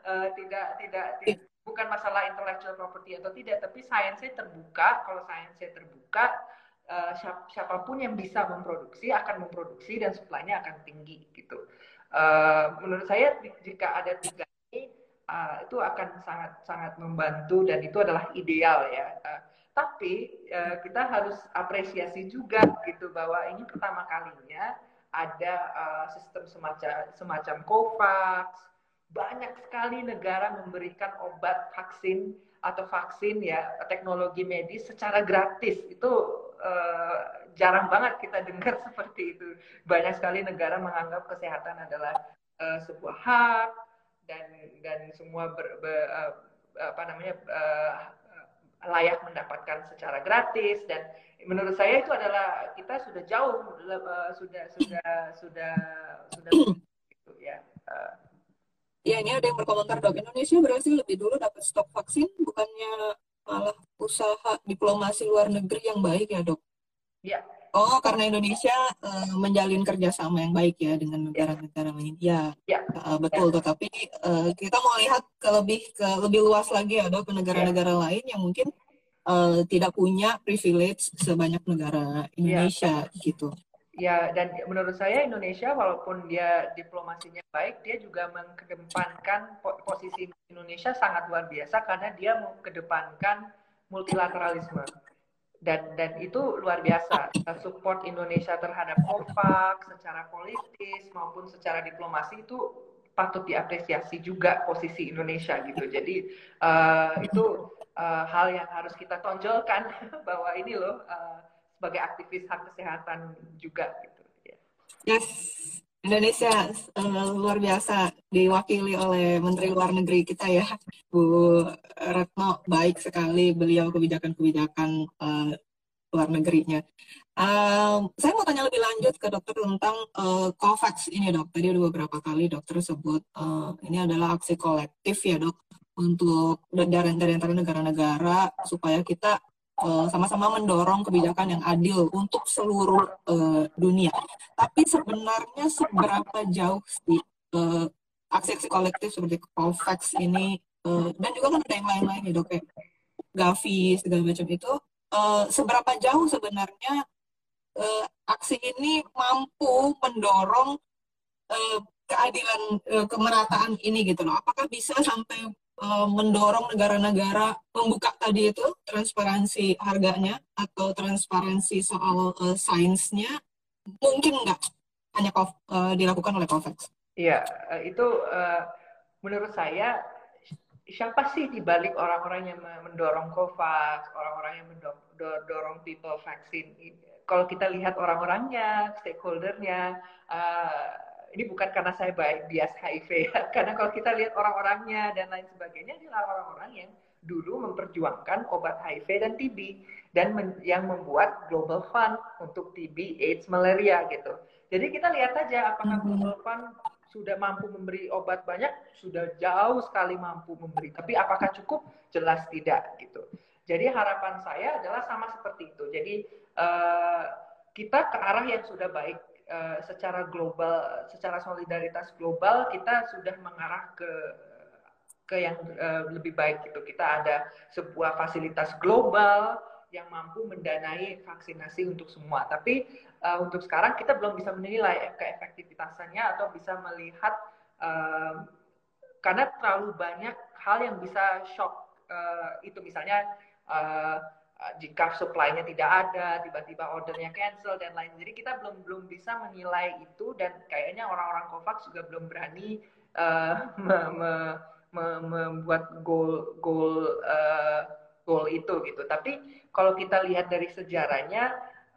Bukan masalah intellectual property atau tidak, tapi sainsnya terbuka. Kalau sainsnya terbuka, siapapun yang bisa memproduksi akan memproduksi dan supply-nya akan tinggi gitu. Menurut saya jika ada 3 ini itu akan sangat membantu, dan itu adalah ideal ya. Tapi kita harus apresiasi juga gitu, bahwa ini pertama kalinya ada sistem semacam COVAX. Banyak sekali negara memberikan obat vaksin ya, teknologi medis secara gratis. Itu jarang banget kita dengar seperti itu. Banyak sekali negara menganggap kesehatan adalah sebuah hak, dan semua layak mendapatkan secara gratis. Dan menurut saya itu adalah kita sudah jauh sudah gitu ya. Ya, ini ada yang berkomentar dok, Indonesia berhasil lebih dulu dapat stok vaksin, bukannya malah usaha diplomasi luar negeri yang baik ya dok? Ya. Oh, karena Indonesia menjalin kerjasama yang baik ya dengan negara-negara lain. Ya, betul. Tetapi kita mau lihat lebih luas lagi ya dok, ke negara-negara lain yang mungkin tidak punya privilege sebanyak negara Indonesia gitu. Ya, dan menurut saya Indonesia walaupun dia diplomasinya baik, dia juga mengedepankan posisi Indonesia sangat luar biasa karena dia mengedepankan multilateralisme. dan itu luar biasa. Support Indonesia terhadap COVAX secara politis maupun secara diplomasi itu patut diapresiasi juga posisi Indonesia gitu. Jadi itu hal yang harus kita tonjolkan bahwa ini loh sebagai aktivis hak kesehatan juga gitu. Yes, Indonesia luar biasa diwakili oleh Menteri Luar Negeri kita ya, Bu Retno. Baik sekali beliau kebijakan-kebijakan luar negerinya. Saya mau tanya lebih lanjut ke dokter tentang COVAX ini dok. Tadi ada beberapa kali dokter sebut ini adalah aksi kolektif ya dok untuk dari antara negara-negara supaya kita sama-sama mendorong kebijakan yang adil untuk seluruh dunia. Tapi sebenarnya seberapa jauh sih aksi-aksi kolektif seperti COVAX ini dan juga kan ada yang lain-lain ya dok, kayak Gavi segala macam itu, seberapa jauh sebenarnya aksi ini mampu mendorong keadilan kemerataan ini gitu loh. Apakah bisa sampai mendorong negara-negara membuka tadi itu transparansi harganya atau transparansi soal sainsnya? Mungkin nggak hanya dilakukan oleh COVAX. Iya, itu menurut saya siapa sih di balik orang-orang yang mendorong COVAX, orang-orang yang mendorong people vaksin? Kalau kita lihat orang-orangnya, stakeholdernya, ini bukan karena saya bias HIV ya, karena kalau kita lihat orang-orangnya dan lain sebagainya, adalah orang-orang yang dulu memperjuangkan obat HIV dan TB dan yang membuat Global Fund untuk TB, AIDS, malaria gitu. Jadi kita lihat aja apakah Global Fund sudah mampu memberi obat banyak, sudah jauh sekali mampu memberi. Tapi apakah cukup? Jelas tidak gitu. Jadi harapan saya adalah sama seperti itu. Jadi kita ke arah yang sudah baik secara global, secara solidaritas global kita sudah mengarah ke yang lebih baik gitu. Kita ada sebuah fasilitas global yang mampu mendanai vaksinasi untuk semua. Tapi untuk sekarang kita belum bisa menilai keefektivitasannya atau bisa melihat karena terlalu banyak hal yang bisa shock itu, misalnya jika supply-nya tidak ada, tiba-tiba ordernya cancel dan lain. Jadi kita belum bisa menilai itu dan kayaknya orang-orang COVAX juga belum berani membuat goal itu gitu. Tapi kalau kita lihat dari sejarahnya,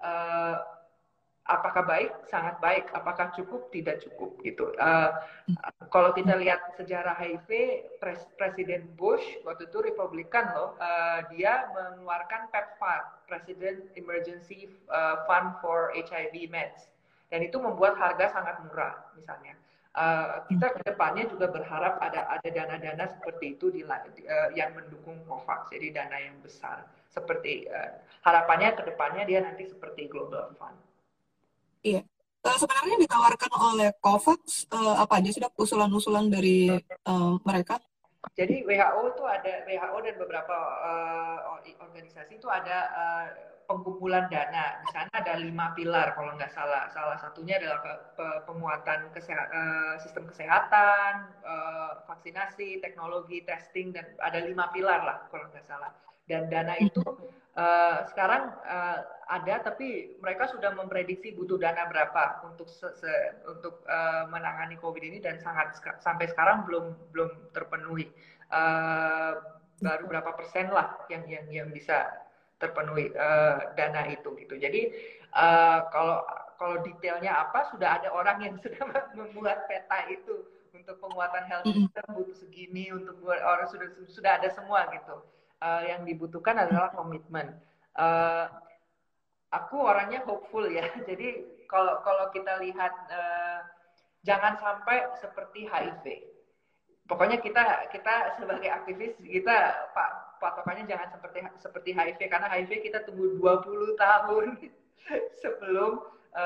apakah baik? Sangat baik. Apakah cukup? Tidak cukup gitu. Kalau kita lihat sejarah HIV, Presiden Bush waktu itu Republikan loh, dia mengeluarkan PEPFAR, President Emergency Fund for HIV Meds, dan itu membuat harga sangat murah misalnya. Kita ke depannya juga berharap ada dana-dana seperti itu yang mendukung COVAX, jadi dana yang besar. Seperti harapannya ke depannya dia nanti seperti Global Fund. Iya. Sebenarnya ditawarkan oleh COVAX apa aja sih dok usulan-usulan dari mereka? Jadi WHO dan beberapa organisasi itu ada pengumpulan dana. Di sana ada 5 pilar kalau nggak salah. Salah satunya adalah penguatan sistem kesehatan, vaksinasi, teknologi, testing, dan ada 5 pilar lah kalau nggak salah. Dan dana itu sekarang ada, tapi mereka sudah memprediksi butuh dana berapa untuk menangani COVID ini, dan sampai sekarang belum terpenuhi. Baru berapa persen lah yang bisa terpenuhi dana itu gitu. Jadi kalau detailnya apa, sudah ada orang yang sudah membuat peta itu untuk penguatan health system butuh segini, untuk orang sudah ada semua gitu. Yang dibutuhkan adalah komitmen. Aku orangnya hopeful ya. Jadi kalau kita lihat jangan sampai seperti HIV. Pokoknya kita sebagai aktivis kita patokannya jangan seperti HIV, karena HIV kita tunggu 20 tahun sebelum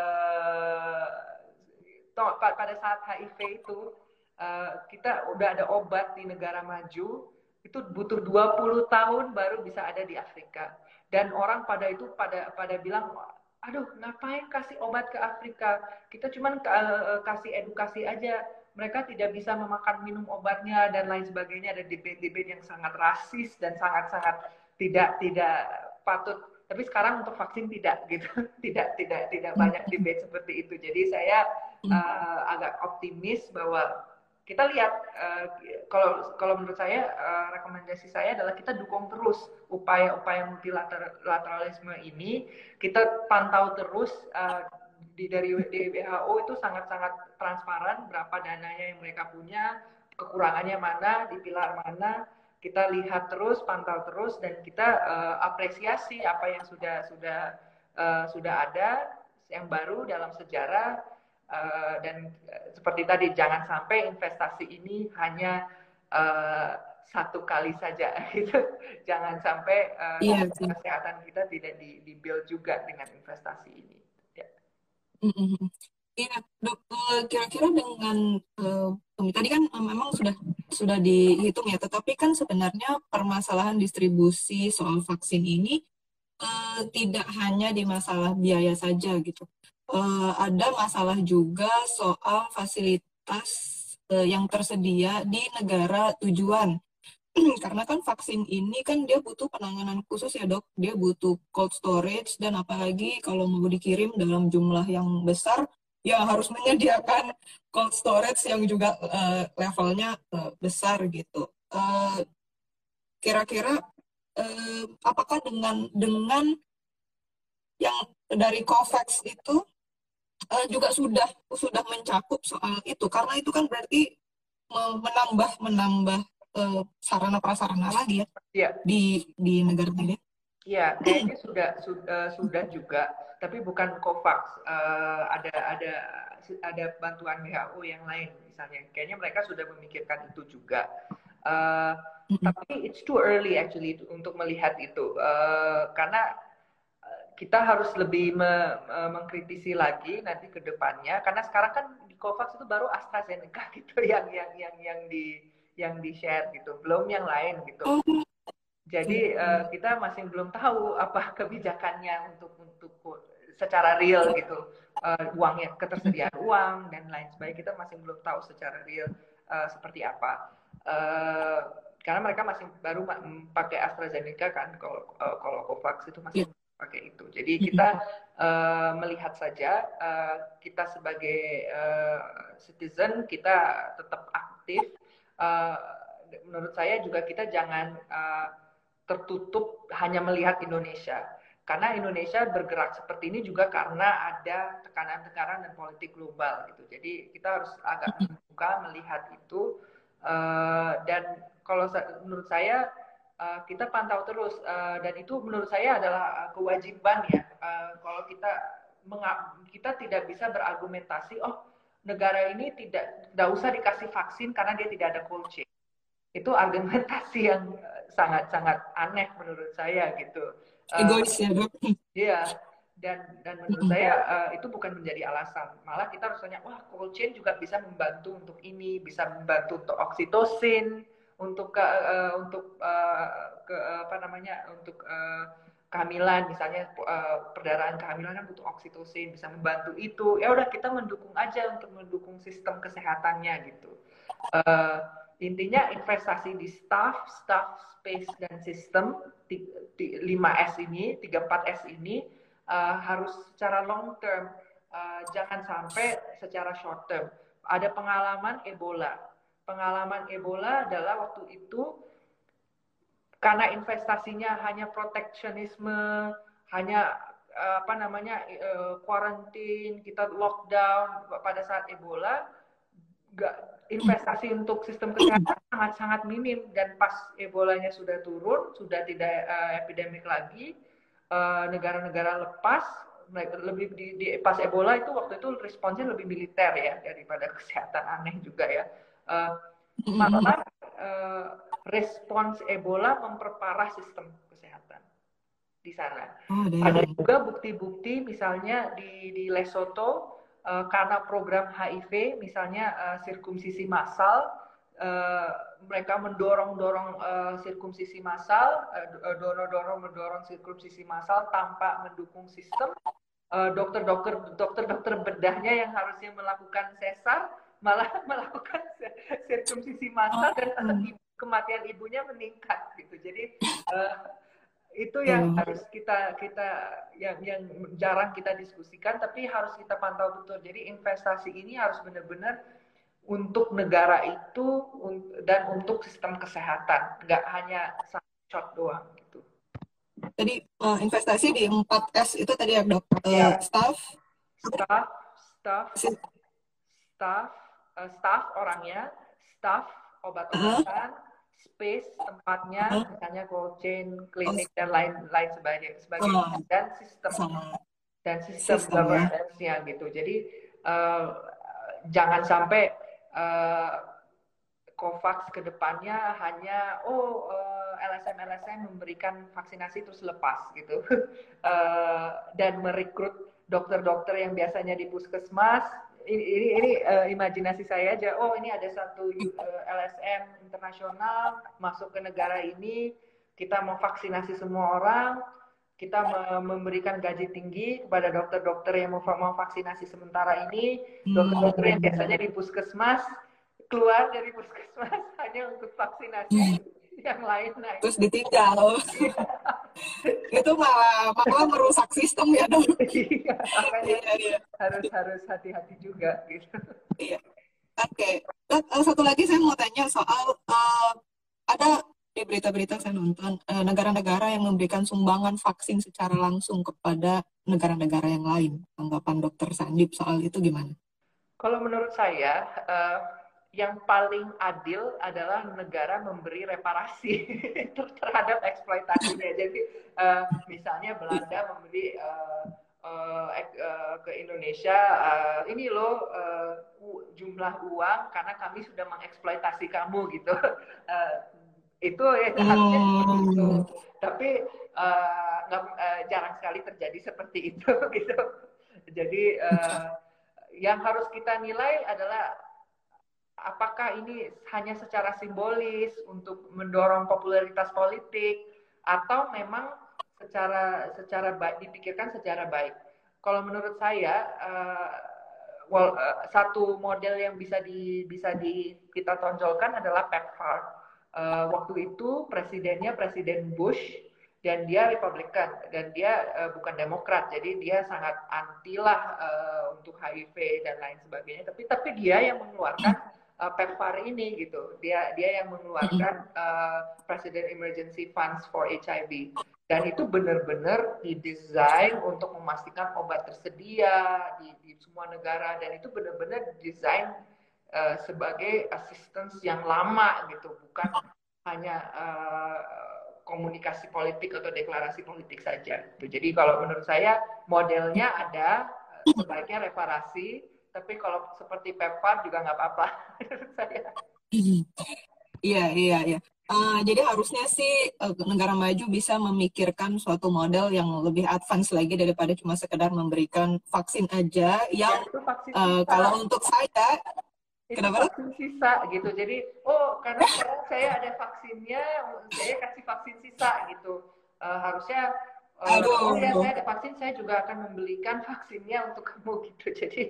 pada saat HIV itu kita udah ada obat di negara maju, itu butuh 20 tahun baru bisa ada di Afrika. Dan orang pada bilang, aduh ngapain kasih obat ke Afrika, kita cuman kasih edukasi aja, mereka tidak bisa memakan minum obatnya dan lain sebagainya. Ada debate yang sangat rasis dan sangat-sangat tidak patut tapi sekarang untuk vaksin tidak gitu. Tidak banyak debate seperti itu. Jadi saya agak optimis bahwa kita lihat, kalau menurut saya rekomendasi saya adalah kita dukung terus upaya-upaya multilateralisme ini, kita pantau terus. Dari WHO itu sangat-sangat transparan berapa dananya yang mereka punya, kekurangannya mana, di pilar mana, kita lihat terus, pantau terus, dan kita apresiasi apa yang sudah ada yang baru dalam sejarah. Dan seperti tadi, jangan sampai investasi ini hanya satu kali saja gitu. Jangan sampai kesehatan kita tidak di-build juga dengan investasi ini. Ya. Iya, Dok, kira-kira dengan tadi kan memang sudah dihitung ya, tetapi kan sebenarnya permasalahan distribusi soal vaksin ini tidak hanya di masalah biaya saja gitu. Ada masalah juga soal fasilitas yang tersedia di negara tujuan. Karena kan vaksin ini kan dia butuh penanganan khusus ya, Dok. Dia butuh cold storage, dan apalagi kalau mau dikirim dalam jumlah yang besar, ya harus menyediakan cold storage yang juga levelnya besar gitu. Kira-kira apakah dengan yang dari COVAX itu juga sudah mencakup soal itu, karena itu kan berarti menambah sarana prasarana lagi ya di negara ini. Iya, kayaknya sudah juga, tapi bukan COVAX. Ada bantuan WHO yang lain misalnya. Kayaknya mereka sudah memikirkan itu juga. Tapi it's too early actually untuk melihat itu, karena kita harus lebih mengkritisi lagi nanti ke depannya, karena sekarang kan di COVAX itu baru AstraZeneca gitu yang di share gitu, belum yang lain gitu. Jadi kita masih belum tahu apa kebijakannya untuk secara real gitu, uangnya, ketersediaan uang dan lain sebagainya, kita masih belum tahu secara real seperti apa. Karena mereka masih baru pakai AstraZeneca kan, kalau COVAX itu masih pakai itu. Jadi kita melihat saja, kita sebagai citizen kita tetap aktif. Menurut saya juga kita jangan tertutup hanya melihat Indonesia. Karena Indonesia bergerak seperti ini juga karena ada tekanan-tekanan dan politik global gitu. Jadi kita harus agak terbuka melihat itu, dan kalau menurut saya kita pantau terus, dan itu menurut saya adalah kewajiban ya. Kalau kita tidak bisa berargumentasi, oh negara ini tidak usah dikasih vaksin karena dia tidak ada cold chain. Itu argumentasi yang sangat-sangat aneh menurut saya gitu. Egois ya, Dok. Iya, dan menurut saya itu bukan menjadi alasan. Malah kita harus tanya, wah cold chain juga bisa membantu untuk ini, bisa membantu untuk oksitosin, untuk kehamilan misalnya, perdarahan kehamilan kan butuh oksitosin, bisa membantu itu. Ya udah, kita mendukung aja untuk mendukung sistem kesehatannya gitu. Intinya investasi di staff, space, dan sistem, 5S ini, 3-4S ini harus secara long term, jangan sampai secara short term. Ada pengalaman Ebola. Pengalaman Ebola adalah waktu itu karena investasinya hanya proteksionisme, hanya quarantine, kita lockdown pada saat Ebola, investasi untuk sistem kesehatan sangat-sangat minim, dan pas Ebolanya sudah turun, sudah tidak epidemik lagi, negara-negara lepas lebih pas Ebola itu waktu itu responsnya lebih militer ya daripada kesehatan, aneh juga ya. Malah respons Ebola memperparah sistem kesehatan di sana. Ada juga bukti-bukti misalnya di Lesotho, karena program HIV misalnya sirkumsisi massal, mereka mendorong sirkumsisi massal, mendorong sirkumsisi massal tanpa mendukung sistem. Dokter bedahnya yang harusnya melakukan sesar malah melakukan sirkumsisi massal, dan kematian ibunya meningkat gitu. Jadi itu yang harus kita kita yang jarang kita diskusikan, tapi harus kita pantau betul. Jadi investasi ini harus benar-benar untuk negara itu dan untuk sistem kesehatan, nggak hanya shot doang gitu. Jadi investasi di 4S itu tadi ya dok, Ya, staff, staff, staff, si- staff, staff orangnya, staff obat-obatan, space tempatnya, misalnya cold chain, klinik dan lain sebagainya, oh, sama dan sistem sistem ya. governance-nya gitu. Jadi jangan sampai COVAX ke depannya hanya LSM memberikan vaksinasi terus lepas gitu dan merekrut dokter-dokter yang biasanya di puskesmas. Ini imajinasi saya aja. Oh, ini ada satu LSM internasional masuk ke negara ini, kita mau vaksinasi semua orang, kita memberikan gaji tinggi kepada dokter-dokter yang mau vaksinasi sementara ini, dokter-dokter yang biasanya di puskesmas keluar dari puskesmas hanya untuk vaksinasi yang lain. Nah, Terus ditinggal. Itu malah merusak sistem ya dok. iya, makanya Iya. harus hati-hati juga gitu. Iya. Oke. Dok, satu lagi saya mau tanya soal ada di berita-berita saya nonton negara-negara yang memberikan sumbangan vaksin secara langsung kepada negara-negara yang lain. Tanggapan Dokter Sandip soal itu gimana? Kalau menurut saya yang paling adil adalah negara memberi reparasi terhadap eksploitasinya. Jadi misalnya Belanda memberi ke Indonesia ini loh jumlah uang karena kami sudah mengeksploitasi kamu gitu. Itu harusnya seperti itu. Tapi jarang sekali terjadi seperti itu gitu. Jadi yang harus kita nilai adalah apakah ini hanya secara simbolis untuk mendorong popularitas politik atau memang secara baik, dipikirkan secara baik. Kalau menurut saya satu model yang bisa kita tonjolkan adalah PEPFAR. Waktu itu presidennya Presiden Bush dan dia Republikan dan dia bukan Demokrat, jadi dia sangat anti lah untuk HIV dan lain sebagainya. Tapi dia yang mengeluarkan PEPFAR ini gitu. Dia yang mengeluarkan President Emergency Funds for HIV. Dan itu benar-benar didesain untuk memastikan obat tersedia di semua negara, dan itu benar-benar didesain sebagai assistance yang lama gitu, bukan hanya komunikasi politik atau deklarasi politik saja. Jadi kalau menurut saya modelnya ada, sebaiknya reparasi, tapi kalau seperti PEPFAR juga nggak apa-apa menurut saya. Iya. Jadi harusnya sih negara maju bisa memikirkan suatu model yang lebih advance lagi daripada cuma sekedar memberikan vaksin aja yang kalau untuk saya itu vaksin sisa gitu. Jadi karena sekarang saya ada vaksinnya, saya kasih vaksin sisa gitu. Harusnya ya saya ada vaksin, saya juga akan membelikan vaksinnya untuk kamu gitu. Jadi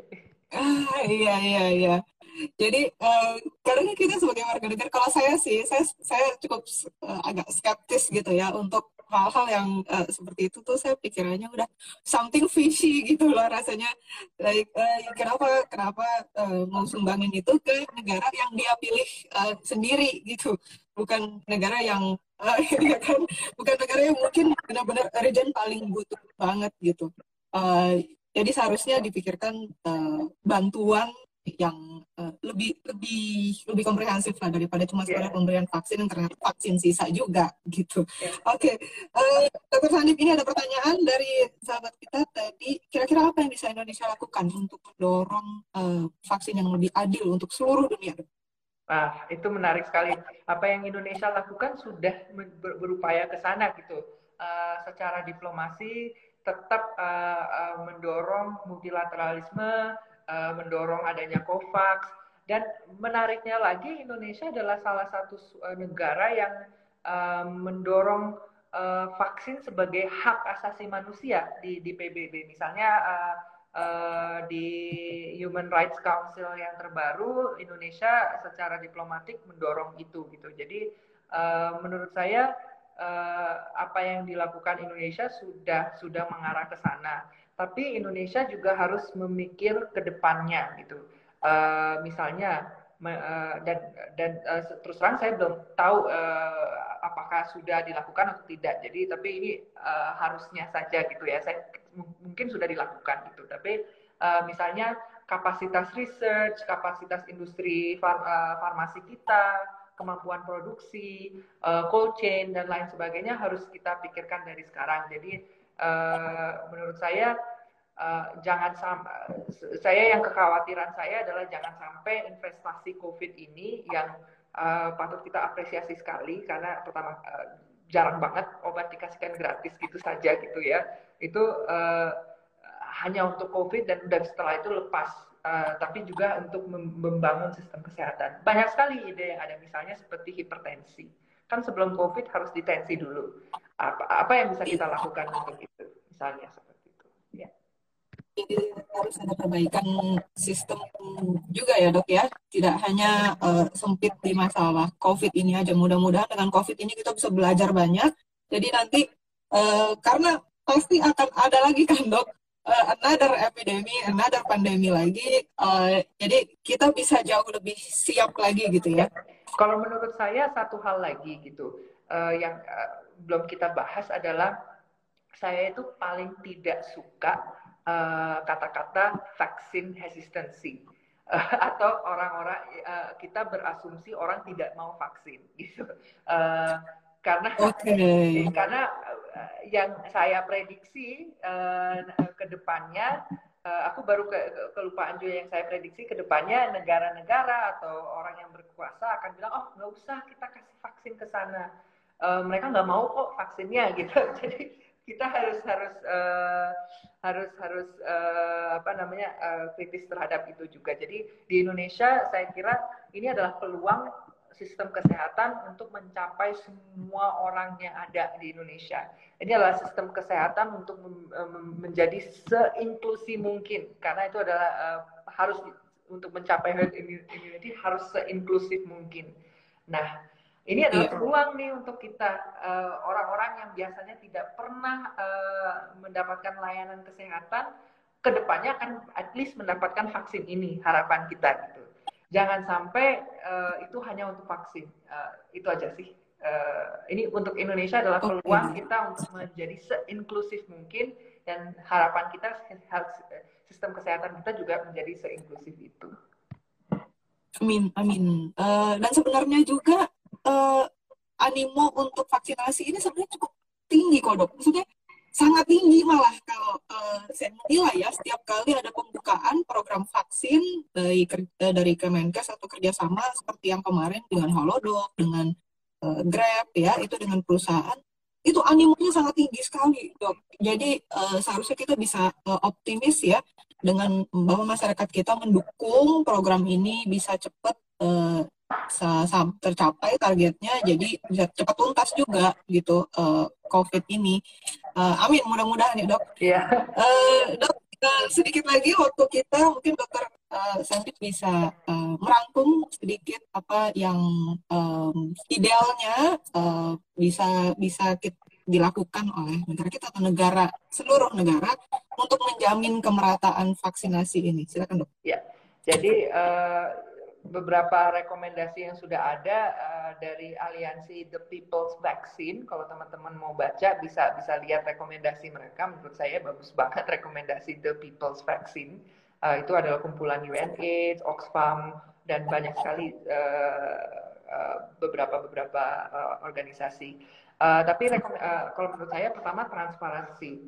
iya. Jadi karena kita sebagai warga negara, kalau saya sih, saya cukup agak skeptis gitu ya untuk hal-hal yang seperti itu tuh. Saya pikirannya udah something fishy gitu loh rasanya. Like, kenapa mau sumbangin itu ke negara yang dia pilih sendiri gitu, bukan negara yang ya kan, bukan negara yang mungkin benar-benar urgent paling butuh banget gitu. Jadi seharusnya dipikirkan bantuan yang lebih komprehensif lah daripada cuma sekedar pemberian vaksin yang ternyata vaksin sisa juga gitu. Oke. Dr. Sandip, ini ada pertanyaan dari sahabat kita tadi. Kira-kira apa yang bisa Indonesia lakukan untuk mendorong vaksin yang lebih adil untuk seluruh dunia? Itu menarik sekali. Apa yang Indonesia lakukan sudah berupaya ke sana gitu. Secara diplomasi tetap mendorong multilateralisme, mendorong adanya COVAX, dan menariknya lagi Indonesia adalah salah satu negara yang mendorong vaksin sebagai hak asasi manusia di PBB. Misalnya di Human Rights Council yang terbaru, Indonesia secara diplomatik mendorong itu gitu. Jadi menurut saya apa yang dilakukan Indonesia sudah mengarah ke sana. Tapi Indonesia juga harus memikir ke depannya gitu. Misalnya terus terang saya belum tahu apakah sudah dilakukan atau tidak. Jadi tapi ini harusnya saja gitu ya. Mungkin sudah dilakukan gitu. Tapi misalnya kapasitas research, kapasitas industri farmasi kita, kemampuan produksi, cold chain dan lain sebagainya harus kita pikirkan dari sekarang. Jadi menurut saya jangan sampai, saya yang kekhawatiran saya adalah jangan sampai investasi COVID ini yang patut kita apresiasi sekali karena pertama jarang banget obat dikasihkan gratis gitu saja gitu ya, itu hanya untuk COVID dan udah setelah itu lepas. Tapi juga untuk membangun sistem kesehatan. Banyak sekali ide yang ada, misalnya seperti hipertensi. Kan sebelum COVID harus ditensi dulu. Apa yang bisa kita lakukan untuk itu? Misalnya seperti itu. Ya. Jadi harus ada perbaikan sistem juga ya dok ya, tidak hanya sempit di masalah COVID ini aja. Mudah-mudahan dengan COVID ini kita bisa belajar banyak. Jadi nanti karena pasti akan ada lagi kan dok, another epidemi, another pandemi lagi. Jadi kita bisa jauh lebih siap lagi gitu ya. Kalau menurut saya satu hal lagi gitu yang belum kita bahas adalah saya itu paling tidak suka kata-kata vaksin hesitancy atau orang-orang kita berasumsi orang tidak mau vaksin gitu karena yang saya prediksi ke depannya aku baru kelupaan juga yang saya prediksi ke depannya negara-negara atau orang yang berkuasa akan bilang oh nggak usah kita kasih vaksin ke sana, mereka nggak mau kok vaksinnya gitu. Jadi kita harus kritis terhadap itu juga. Jadi di Indonesia saya kira ini adalah peluang sistem kesehatan untuk mencapai semua orang yang ada di Indonesia. Ini adalah sistem kesehatan untuk menjadi seinklusif mungkin, karena itu adalah harus untuk mencapai herd immunity harus seinklusif mungkin. Nah, ini adalah peluang nih untuk kita orang-orang yang biasanya tidak pernah mendapatkan layanan kesehatan, kedepannya akan at least mendapatkan vaksin ini, harapan kita gitu. Jangan sampai itu hanya untuk vaksin. Itu aja sih. Ini untuk Indonesia adalah peluang kita untuk menjadi seinklusif mungkin, dan harapan kita sistem kesehatan kita juga menjadi seinklusif itu. Amin, amin. Dan sebenarnya juga animo untuk vaksinasi ini sebenarnya cukup tinggi kok dok. Maksudnya sangat tinggi malah kalau saya menilai ya, setiap kali ada pembukaan program vaksin dari Kemenkes atau kerjasama seperti yang kemarin dengan Halodoc, dengan Grab ya, itu dengan perusahaan, itu animonya sangat tinggi sekali dok. Jadi seharusnya kita bisa optimis ya dengan bahwa masyarakat kita mendukung program ini bisa cepat tercapai targetnya, jadi bisa cepat tuntas juga gitu COVID ini. Amin, mudah-mudahan ya dok. Dok, sedikit lagi waktu kita, mungkin dokter Santi bisa merangkum sedikit apa yang idealnya bisa dilakukan oleh negara kita atau seluruh negara untuk menjamin kemerataan vaksinasi ini. Silakan dok. Ya, jadi beberapa rekomendasi yang sudah ada dari aliansi The People's Vaccine. Kalau teman-teman mau baca bisa lihat rekomendasi mereka. Menurut saya bagus banget rekomendasi The People's Vaccine. Itu adalah kumpulan UNAIDS, Oxfam, dan banyak sekali beberapa organisasi. Tapi kalau menurut saya pertama transparansi.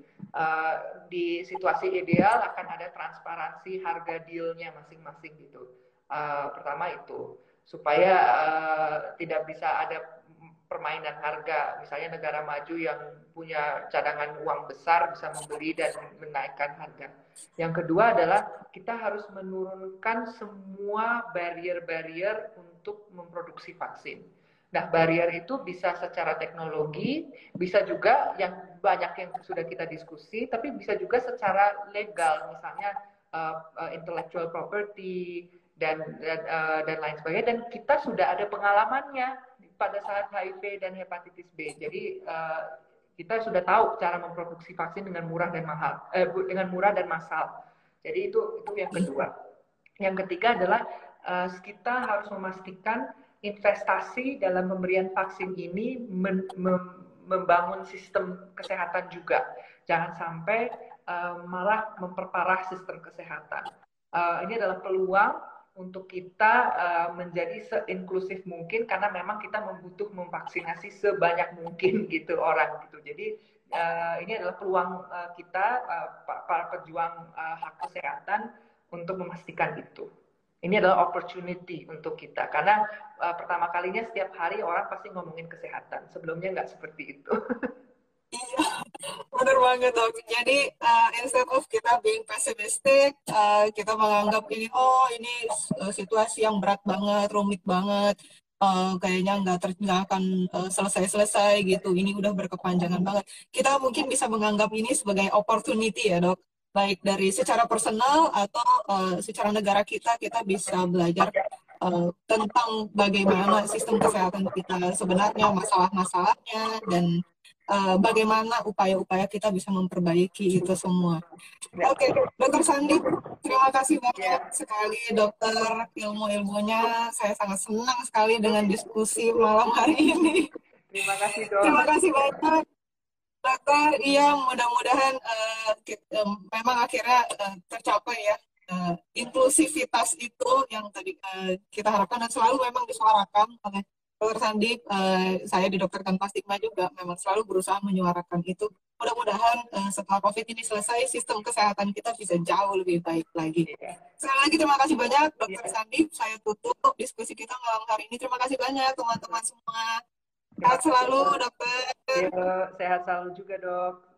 Di situasi ideal akan ada transparansi harga dealnya masing-masing gitu. Pertama itu supaya tidak bisa ada permainan harga. Misalnya negara maju yang punya cadangan uang besar bisa membeli dan menaikkan harga. Yang kedua adalah kita harus menurunkan semua barrier-barrier untuk memproduksi vaksin. Nah, barrier itu bisa secara teknologi, bisa juga yang banyak yang sudah kita diskusi, tapi bisa juga secara legal, misalnya intellectual property dan lain sebagainya. Dan kita sudah ada pengalamannya pada saat HIV dan hepatitis B. Jadi kita sudah tahu cara memproduksi vaksin dengan murah dan mahal, dengan murah dan massal. Jadi itu yang kedua. Yang ketiga adalah kita harus memastikan investasi dalam pemberian vaksin ini membangun sistem kesehatan juga. Jangan sampai malah memperparah sistem kesehatan. Ini adalah peluang untuk kita menjadi se-inklusif mungkin karena memang kita membutuh memvaksinasi sebanyak mungkin gitu orang gitu. Jadi ini adalah peluang kita para pejuang hak kesehatan untuk memastikan itu. Ini adalah opportunity untuk kita karena pertama kalinya setiap hari orang pasti ngomongin kesehatan. Sebelumnya nggak seperti itu. Iya, benar banget dok. Jadi instead of kita being pessimistic, kita menganggap ini situasi yang berat banget, rumit banget, kayaknya nggak akan selesai-selesai gitu. Ini udah berkepanjangan banget. Kita mungkin bisa menganggap ini sebagai opportunity ya dok. Baik dari secara personal atau secara negara kita bisa belajar tentang bagaimana sistem kesehatan kita sebenarnya, masalah-masalahnya, dan bagaimana upaya-upaya kita bisa memperbaiki itu semua. Oke, Dokter Sandi, terima kasih banyak sekali dokter ilmu-ilmunya. Saya sangat senang sekali dengan diskusi malam hari ini. Terima kasih dok. Terima kasih banyak. Dokter, iya mudah-mudahan memang akhirnya tercapai ya inklusivitas itu yang tadi kita harapkan dan selalu memang disuarakan oleh Dokter Sandi. Saya di Dokter Tanpa Stigma juga memang selalu berusaha menyuarakan itu. Mudah-mudahan setelah COVID ini selesai, sistem kesehatan kita bisa jauh lebih baik lagi. Sekali lagi terima kasih banyak Dokter Sandi. Saya tutup diskusi kita malam hari ini. Terima kasih banyak teman-teman semua. Sehat selalu dokter. Sehat selalu juga dok.